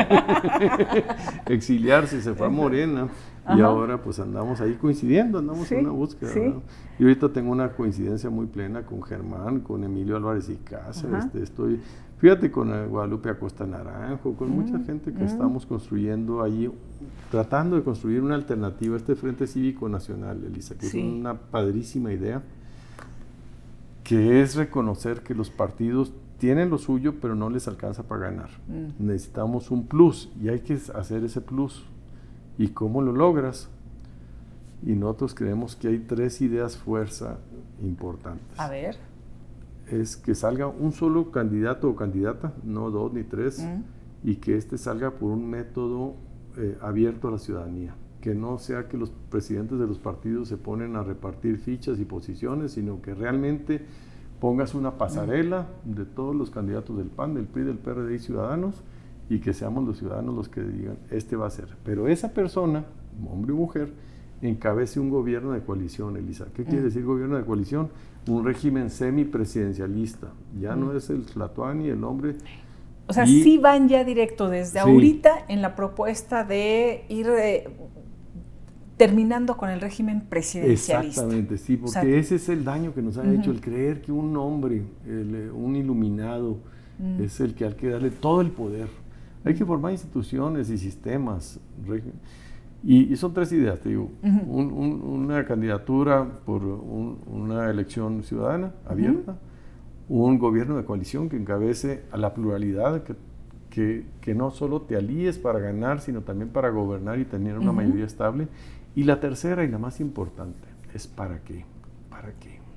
exiliarse, se fue a Morena. Ajá. Y ahora pues andamos ahí coincidiendo, andamos sí, en una búsqueda. Sí. Y ahorita tengo una coincidencia muy plena con Germán, con Emilio Álvarez y Casa, este, estoy, fíjate, con Guadalupe Acosta Naranjo, con mm, mucha gente que mm. estamos construyendo ahí, tratando de construir una alternativa a este Frente Cívico Nacional, Elisa, que sí. es una padrísima idea, que es reconocer que los partidos tienen lo suyo, pero no les alcanza para ganar. Mm. Necesitamos un plus, y hay que hacer ese plus. ¿Y cómo lo logras? Y nosotros creemos que hay tres ideas fuerza importantes. A ver. Es que salga un solo candidato o candidata, no dos ni tres, mm. y que este salga por un método eh, abierto a la ciudadanía. Que no sea que los presidentes de los partidos se ponen a repartir fichas y posiciones, sino que realmente pongas una pasarela de todos los candidatos del P A N, del P R I, del P R D y Ciudadanos, y que seamos los ciudadanos los que digan, este va a ser. Pero esa persona, hombre o mujer, encabece un gobierno de coalición, Elisa. ¿Qué quiere decir gobierno de coalición? Un régimen semipresidencialista. Ya no es el Tlatuani, el hombre... O sea, y, sí van ya directo desde sí. ahorita en la propuesta de ir eh, terminando con el régimen presidencialista. Exactamente, sí, porque o sea, ese es el daño que nos ha uh-huh. hecho, el creer que un hombre, el, un iluminado, uh-huh. es el que hay que darle todo el poder. Hay que formar instituciones y sistemas. Y, y son tres ideas, te digo. Uh-huh. Un, un, una candidatura por un, una elección ciudadana abierta, uh-huh. un gobierno de coalición que encabece a la pluralidad, que, que, que no solo te alíes para ganar, sino también para gobernar y tener una uh-huh. mayoría estable. Y la tercera y la más importante es ¿para qué? ¿Para qué?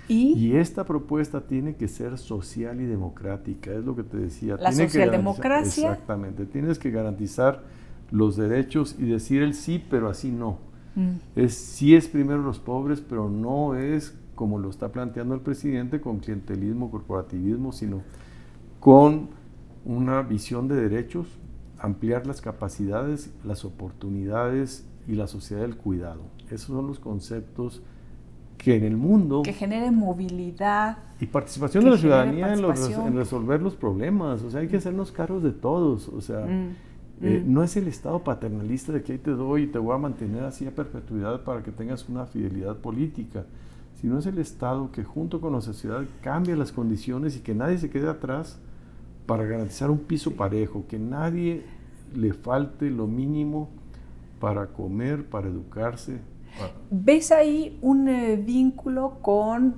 ¿Y? y esta propuesta tiene que ser social y democrática, es lo que te decía. La tiene socialdemocracia. Que exactamente, tienes que garantizar los derechos y decir el sí, pero así no. Mm. Es, sí es primero los pobres, pero no es como lo está planteando el presidente, con clientelismo, corporativismo, sino con una visión de derechos, ampliar las capacidades, las oportunidades y la sociedad del cuidado. Esos son los conceptos que en el mundo... Que genere movilidad. Y participación de la ciudadanía en, los, en resolver los problemas. O sea, hay que hacernos cargos de todos. O sea, mm. eh, mm. no es el Estado paternalista de que ahí te doy y te voy a mantener así a perpetuidad para que tengas una fidelidad política, sino es el Estado que junto con la sociedad cambia las condiciones y que nadie se quede atrás para garantizar un piso sí. parejo, que nadie le falte lo mínimo para comer, para educarse. Para... ¿Ves ahí un eh, vínculo con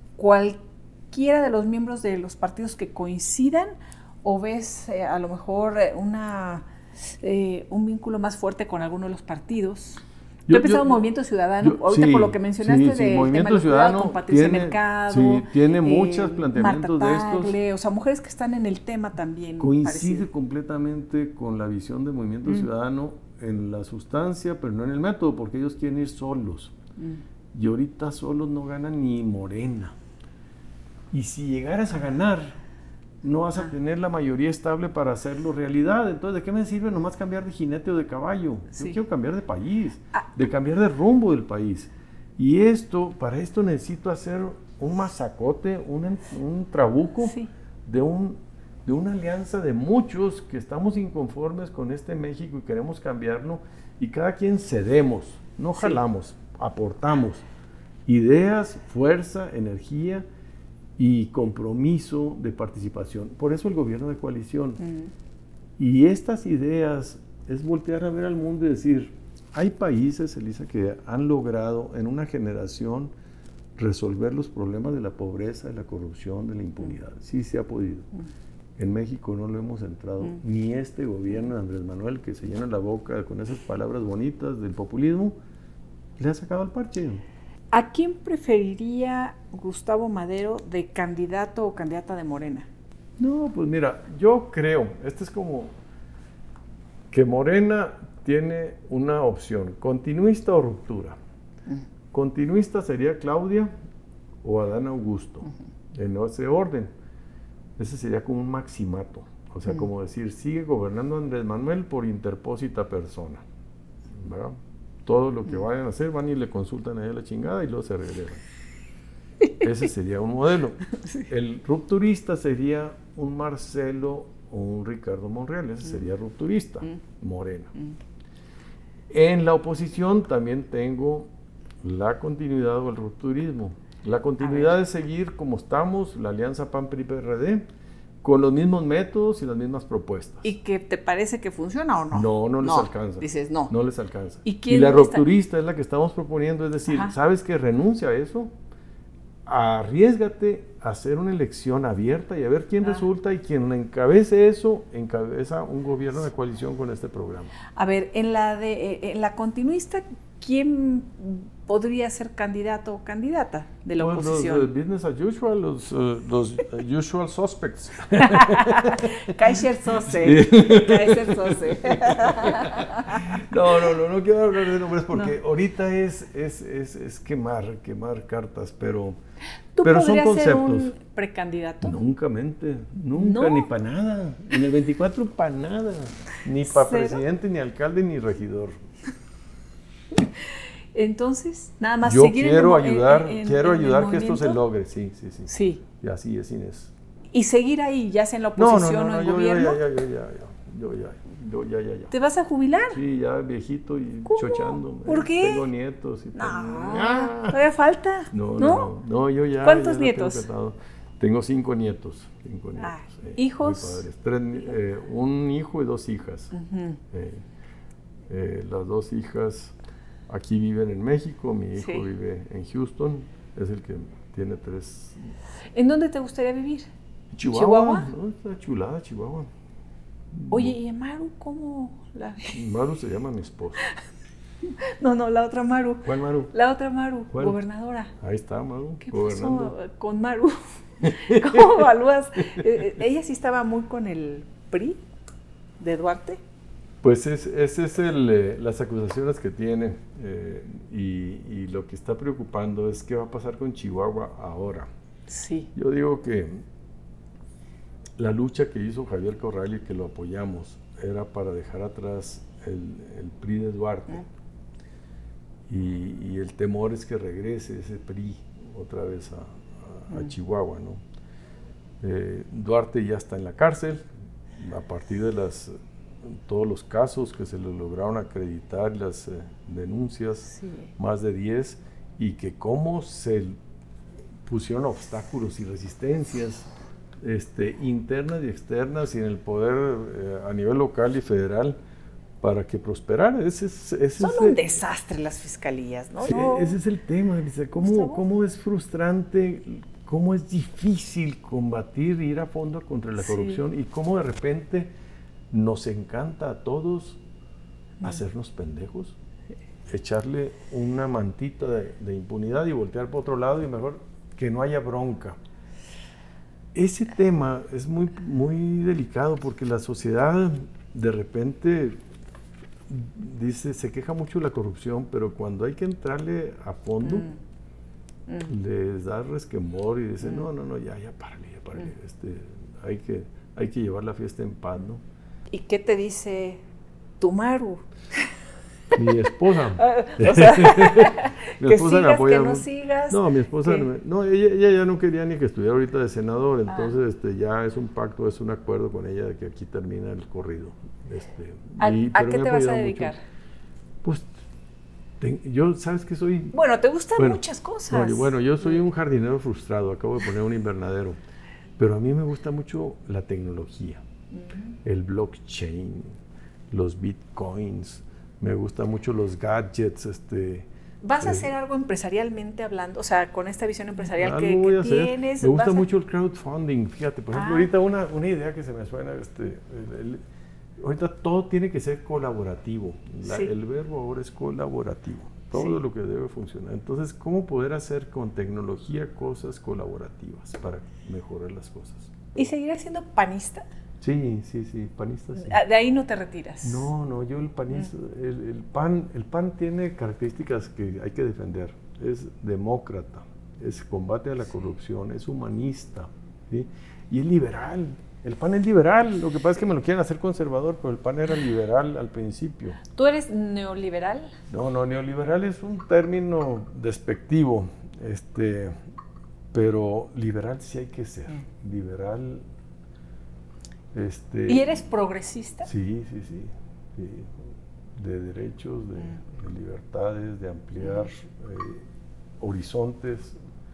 cualquiera de los miembros de los partidos que coincidan? ¿O ves eh, a lo mejor eh, una, eh, un vínculo más fuerte con alguno de los partidos? Yo, yo he pensado en Movimiento Ciudadano, yo, ahorita sí, por lo que mencionaste sí, sí, de Movimiento Ciudadano con Patricia tiene, Mercado, sí, tiene eh, muchos Marta planteamientos Tagle, de estos. O sea, mujeres que están en el tema también. Coincide parecido. completamente con la visión de Movimiento mm. Ciudadano en la sustancia, pero no en el método, porque ellos quieren ir solos. Mm. Y ahorita solos no ganan ni Morena. Y si llegaras a ganar, no vas a tener la mayoría estable para hacerlo realidad. Entonces, ¿de qué me sirve nomás cambiar de jinete o de caballo? Sí. Yo quiero cambiar de país, ah. de cambiar de rumbo del país. Y esto, para esto necesito hacer un mazacote, un, un trabuco sí. de, un, de una alianza de muchos que estamos inconformes con este México y queremos cambiarlo. Y cada quien cedemos, no jalamos, sí. aportamos ideas, fuerza, energía y compromiso de participación. Por eso el gobierno de coalición. Mm. Y estas ideas es voltear a ver al mundo y decir, hay países, Elisa, que han logrado en una generación resolver los problemas de la pobreza, de la corrupción, de la impunidad. Mm. Sí se ha podido. Mm. En México no lo hemos entrado, mm. ni este gobierno de Andrés Manuel, que se llena la boca con esas palabras bonitas del populismo, le ha sacado al parche. ¿A quién preferiría Gustavo Madero de candidato o candidata de Morena? No, pues mira, yo creo, este es como que Morena tiene una opción, continuista o ruptura. Uh-huh. Continuista sería Claudia o Adán Augusto, uh-huh. en ese orden. Ese sería como un maximato, o sea, uh-huh. como decir, sigue gobernando Andrés Manuel por interpósita persona, ¿verdad? Todo lo que vayan a hacer, van y le consultan a ella la chingada y luego se regresan. Ese sería un modelo. Sí. El rupturista sería un Marcelo o un Ricardo Monreal, ese mm. sería rupturista, mm. Morena. Mm. En la oposición también tengo la continuidad o el rupturismo. La continuidad es seguir como estamos, la alianza P A N P R I P R D, con los mismos métodos y las mismas propuestas. ¿Y que te parece que funciona o no? No, no les no, alcanza. Dices no. No les alcanza. ¿Y, quién y la rupturista está? es la que estamos proponiendo, es decir, Ajá. ¿sabes qué? Renuncia a eso, arriésgate a hacer una elección abierta y a ver quién ah. resulta, y quien encabece eso, encabeza un gobierno de coalición con este programa. A ver, en la, de, en la continuista, ¿quién podría ser candidato o candidata de la pues oposición? Los uh, business as usual, los, uh, los uh, usual suspects. Kaiser Sose. Sí. Kaiser Sose. no, no, no, no quiero hablar de nombres porque no. ahorita es, es, es, es quemar, quemar cartas, pero, ¿Tú pero son conceptos. Ser un precandidato? Nunca mente, nunca, no. ni para nada. En el veinticuatro para nada. Ni para presidente, ni alcalde, ni regidor. Entonces, nada más yo seguir quiero en el, ayudar, en, quiero en ayudar que esto se logre, sí, sí, sí. Sí. Y así es, Inés. Y seguir ahí, ya sea en la oposición no, no, no, o en yo, gobierno. Ya, ya, ya, ya, ya, yo ya, yo ya, ya, ya. ¿Te vas a jubilar? Sí, ya viejito y ¿Cómo? chochando. ¿Por qué? Tengo nietos y no, ah. todavía falta. No, no, no, no, no yo ya. ¿Cuántos ya nietos? Tengo, tengo cinco nietos, cinco nietos. Ah, eh, ¿hijos? Tres, eh, un hijo y dos hijas. Uh-huh. eh, eh, las dos hijas aquí viven en México, mi hijo sí. vive en Houston, es el que tiene tres. ¿En dónde te gustaría vivir? Chihuahua. ¿Chihuahua? No, está chulada Chihuahua. Oye, ¿y Maru cómo la Maru se llama mi esposa. No, no, la otra Maru. ¿Cuál Maru? La otra Maru, ¿Cuál? Gobernadora. Ahí está Maru, ¿Qué gobernando. pasó con Maru? ¿Cómo evalúas? Eh, ella sí estaba muy con el P R I de Duarte. Pues es, ese es el, eh, las acusaciones que tiene eh, y, y lo que está preocupando es qué va a pasar con Chihuahua ahora. Sí. Yo digo que la lucha que hizo Javier Corral y que lo apoyamos era para dejar atrás el, el P R I de Duarte. Mm. Y, y el temor es que regrese ese P R I otra vez a, a, a mm. Chihuahua, ¿no? Eh, Duarte ya está en la cárcel a partir de las todos los casos que se le lograron acreditar, las eh, denuncias, sí. Más de diez, y que cómo se pusieron obstáculos y resistencias este, internas y externas y en el poder eh, a nivel local y federal para que prosperara. Ese es, ese Son es un el, desastre las fiscalías, ¿no? Sí, no. Ese es el tema, dice, ¿cómo, cómo es frustrante, cómo es difícil combatir, ir a fondo contra la corrupción, sí. Y cómo de repente nos encanta a todos hacernos pendejos, echarle una mantita de, de impunidad y voltear para otro lado y mejor que no haya bronca. Ese tema es muy, muy delicado porque la sociedad de repente dice, se queja mucho de la corrupción, pero cuando hay que entrarle a fondo, mm. Mm. les da resquemor y dice, mm. no, no, no, ya, ya, párale, ya, párale, mm. este, hay que, hay que llevar la fiesta en paz, ¿no? ¿Y qué te dice tu Maru? Mi esposa. O sea, mi que esposa sigas, me apoya que no mucho. sigas. No, mi esposa, no, no ella, ella ya no quería ni que estuviera ahorita de senador, entonces ah. este, ya es un pacto, es un acuerdo con ella de que aquí termina el corrido. Este, ¿A, y, ¿a qué te vas a dedicar? Mucho. Pues, te, yo, ¿sabes qué soy? Bueno, te gustan bueno, muchas cosas. No, yo, bueno, yo soy un jardinero frustrado, acabo de poner un invernadero, pero a mí me gusta mucho la tecnología. El blockchain, los bitcoins, me gustan mucho los gadgets. Este, ¿Vas eh, a hacer algo empresarialmente hablando? O sea, con esta visión empresarial que, voy que a hacer. tienes. Me gusta a... mucho el crowdfunding, fíjate, por ejemplo, ah. ahorita una, una idea que se me suena, este, el, el, ahorita todo tiene que ser colaborativo, la, sí. el verbo ahora es colaborativo, todo sí. lo que debe funcionar. Entonces, ¿cómo poder hacer con tecnología cosas colaborativas para mejorar las cosas? ¿Y seguirás siendo panista? Sí, sí, sí, panista sí. ¿De ahí no te retiras? No, no, yo el panista, mm. el, el pan, el pan tiene características que hay que defender. Es demócrata, es combate a la corrupción, es humanista, ¿sí? Y es liberal. El pan es liberal, lo que pasa es que me lo quieren hacer conservador, pero el pan era liberal al principio. ¿Tú eres neoliberal? No, no, neoliberal es un término despectivo, este, pero liberal sí hay que ser, mm. liberal. Este, ¿Y eres progresista? Sí, sí, sí, sí. De derechos, de, mm. de libertades, de ampliar eh, horizontes,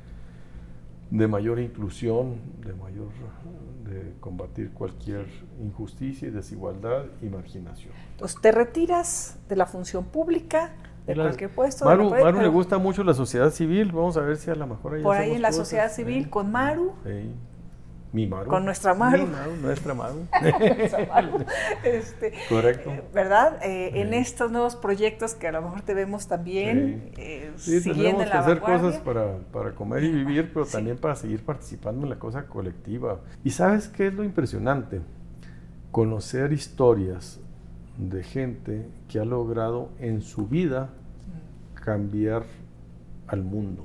de mayor inclusión, de mayor, de combatir cualquier injusticia y desigualdad y marginación. Entonces, ¿te retiras de la función pública, de la, cualquier puesto? Maru, de la Maru le gusta mucho la sociedad civil, vamos a ver si a lo mejor ahí por ahí en la cosas. sociedad civil, eh, con Maru. Sí. Mi Maru. Con nuestra Maru. Mi Maru, nuestra Maru. este, Correcto. ¿Verdad? Eh, sí. En estos nuevos proyectos que a lo mejor te vemos también sí. eh, sí, siguiendo que la hacer vanguardia. Cosas para, para comer y vivir, pero sí. también para seguir participando en la cosa colectiva. ¿Y sabes qué es lo impresionante? Conocer historias de gente que ha logrado en su vida cambiar al mundo.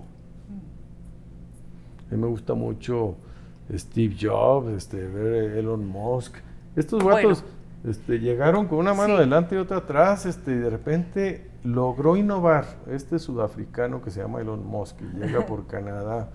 A mí me gusta mucho Steve Jobs, este, ver Elon Musk. Estos gatos bueno, este, llegaron con una mano sí. adelante y otra atrás, este, y de repente logró innovar. Este sudafricano que se llama Elon Musk, que llega por Canadá.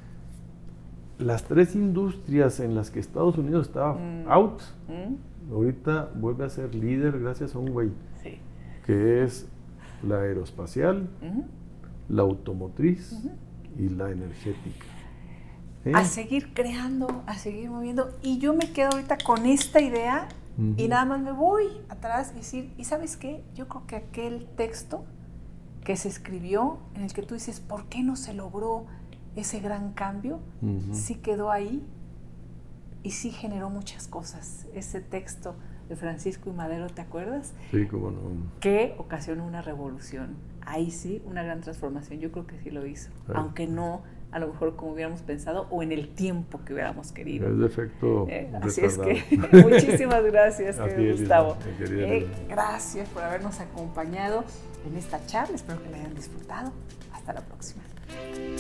Las tres industrias en las que Estados Unidos estaba mm. out, mm. ahorita vuelve a ser líder gracias a un güey, sí. que es la aeroespacial, mm. la automotriz mm. y la energética. ¿Sí? A seguir creando, a seguir moviendo. Y yo me quedo ahorita con esta idea uh-huh. y nada más me voy atrás y decir, ¿y sabes qué? Yo creo que aquel texto que se escribió, en el que tú dices, ¿por qué no se logró ese gran cambio? Uh-huh. Sí quedó ahí y sí generó muchas cosas, ese texto de Francisco I. Madero, ¿te acuerdas? Sí, cómo no. Que ocasionó una revolución. Ahí sí, una gran transformación. Yo creo que sí lo hizo. Ay. Aunque no, a lo mejor como hubiéramos pensado o en el tiempo que hubiéramos querido. Es de efecto eh, Así retardado. Es que muchísimas gracias, querido Gustavo. Eh, gracias por habernos acompañado en esta charla. Espero que la hayan disfrutado. Hasta la próxima.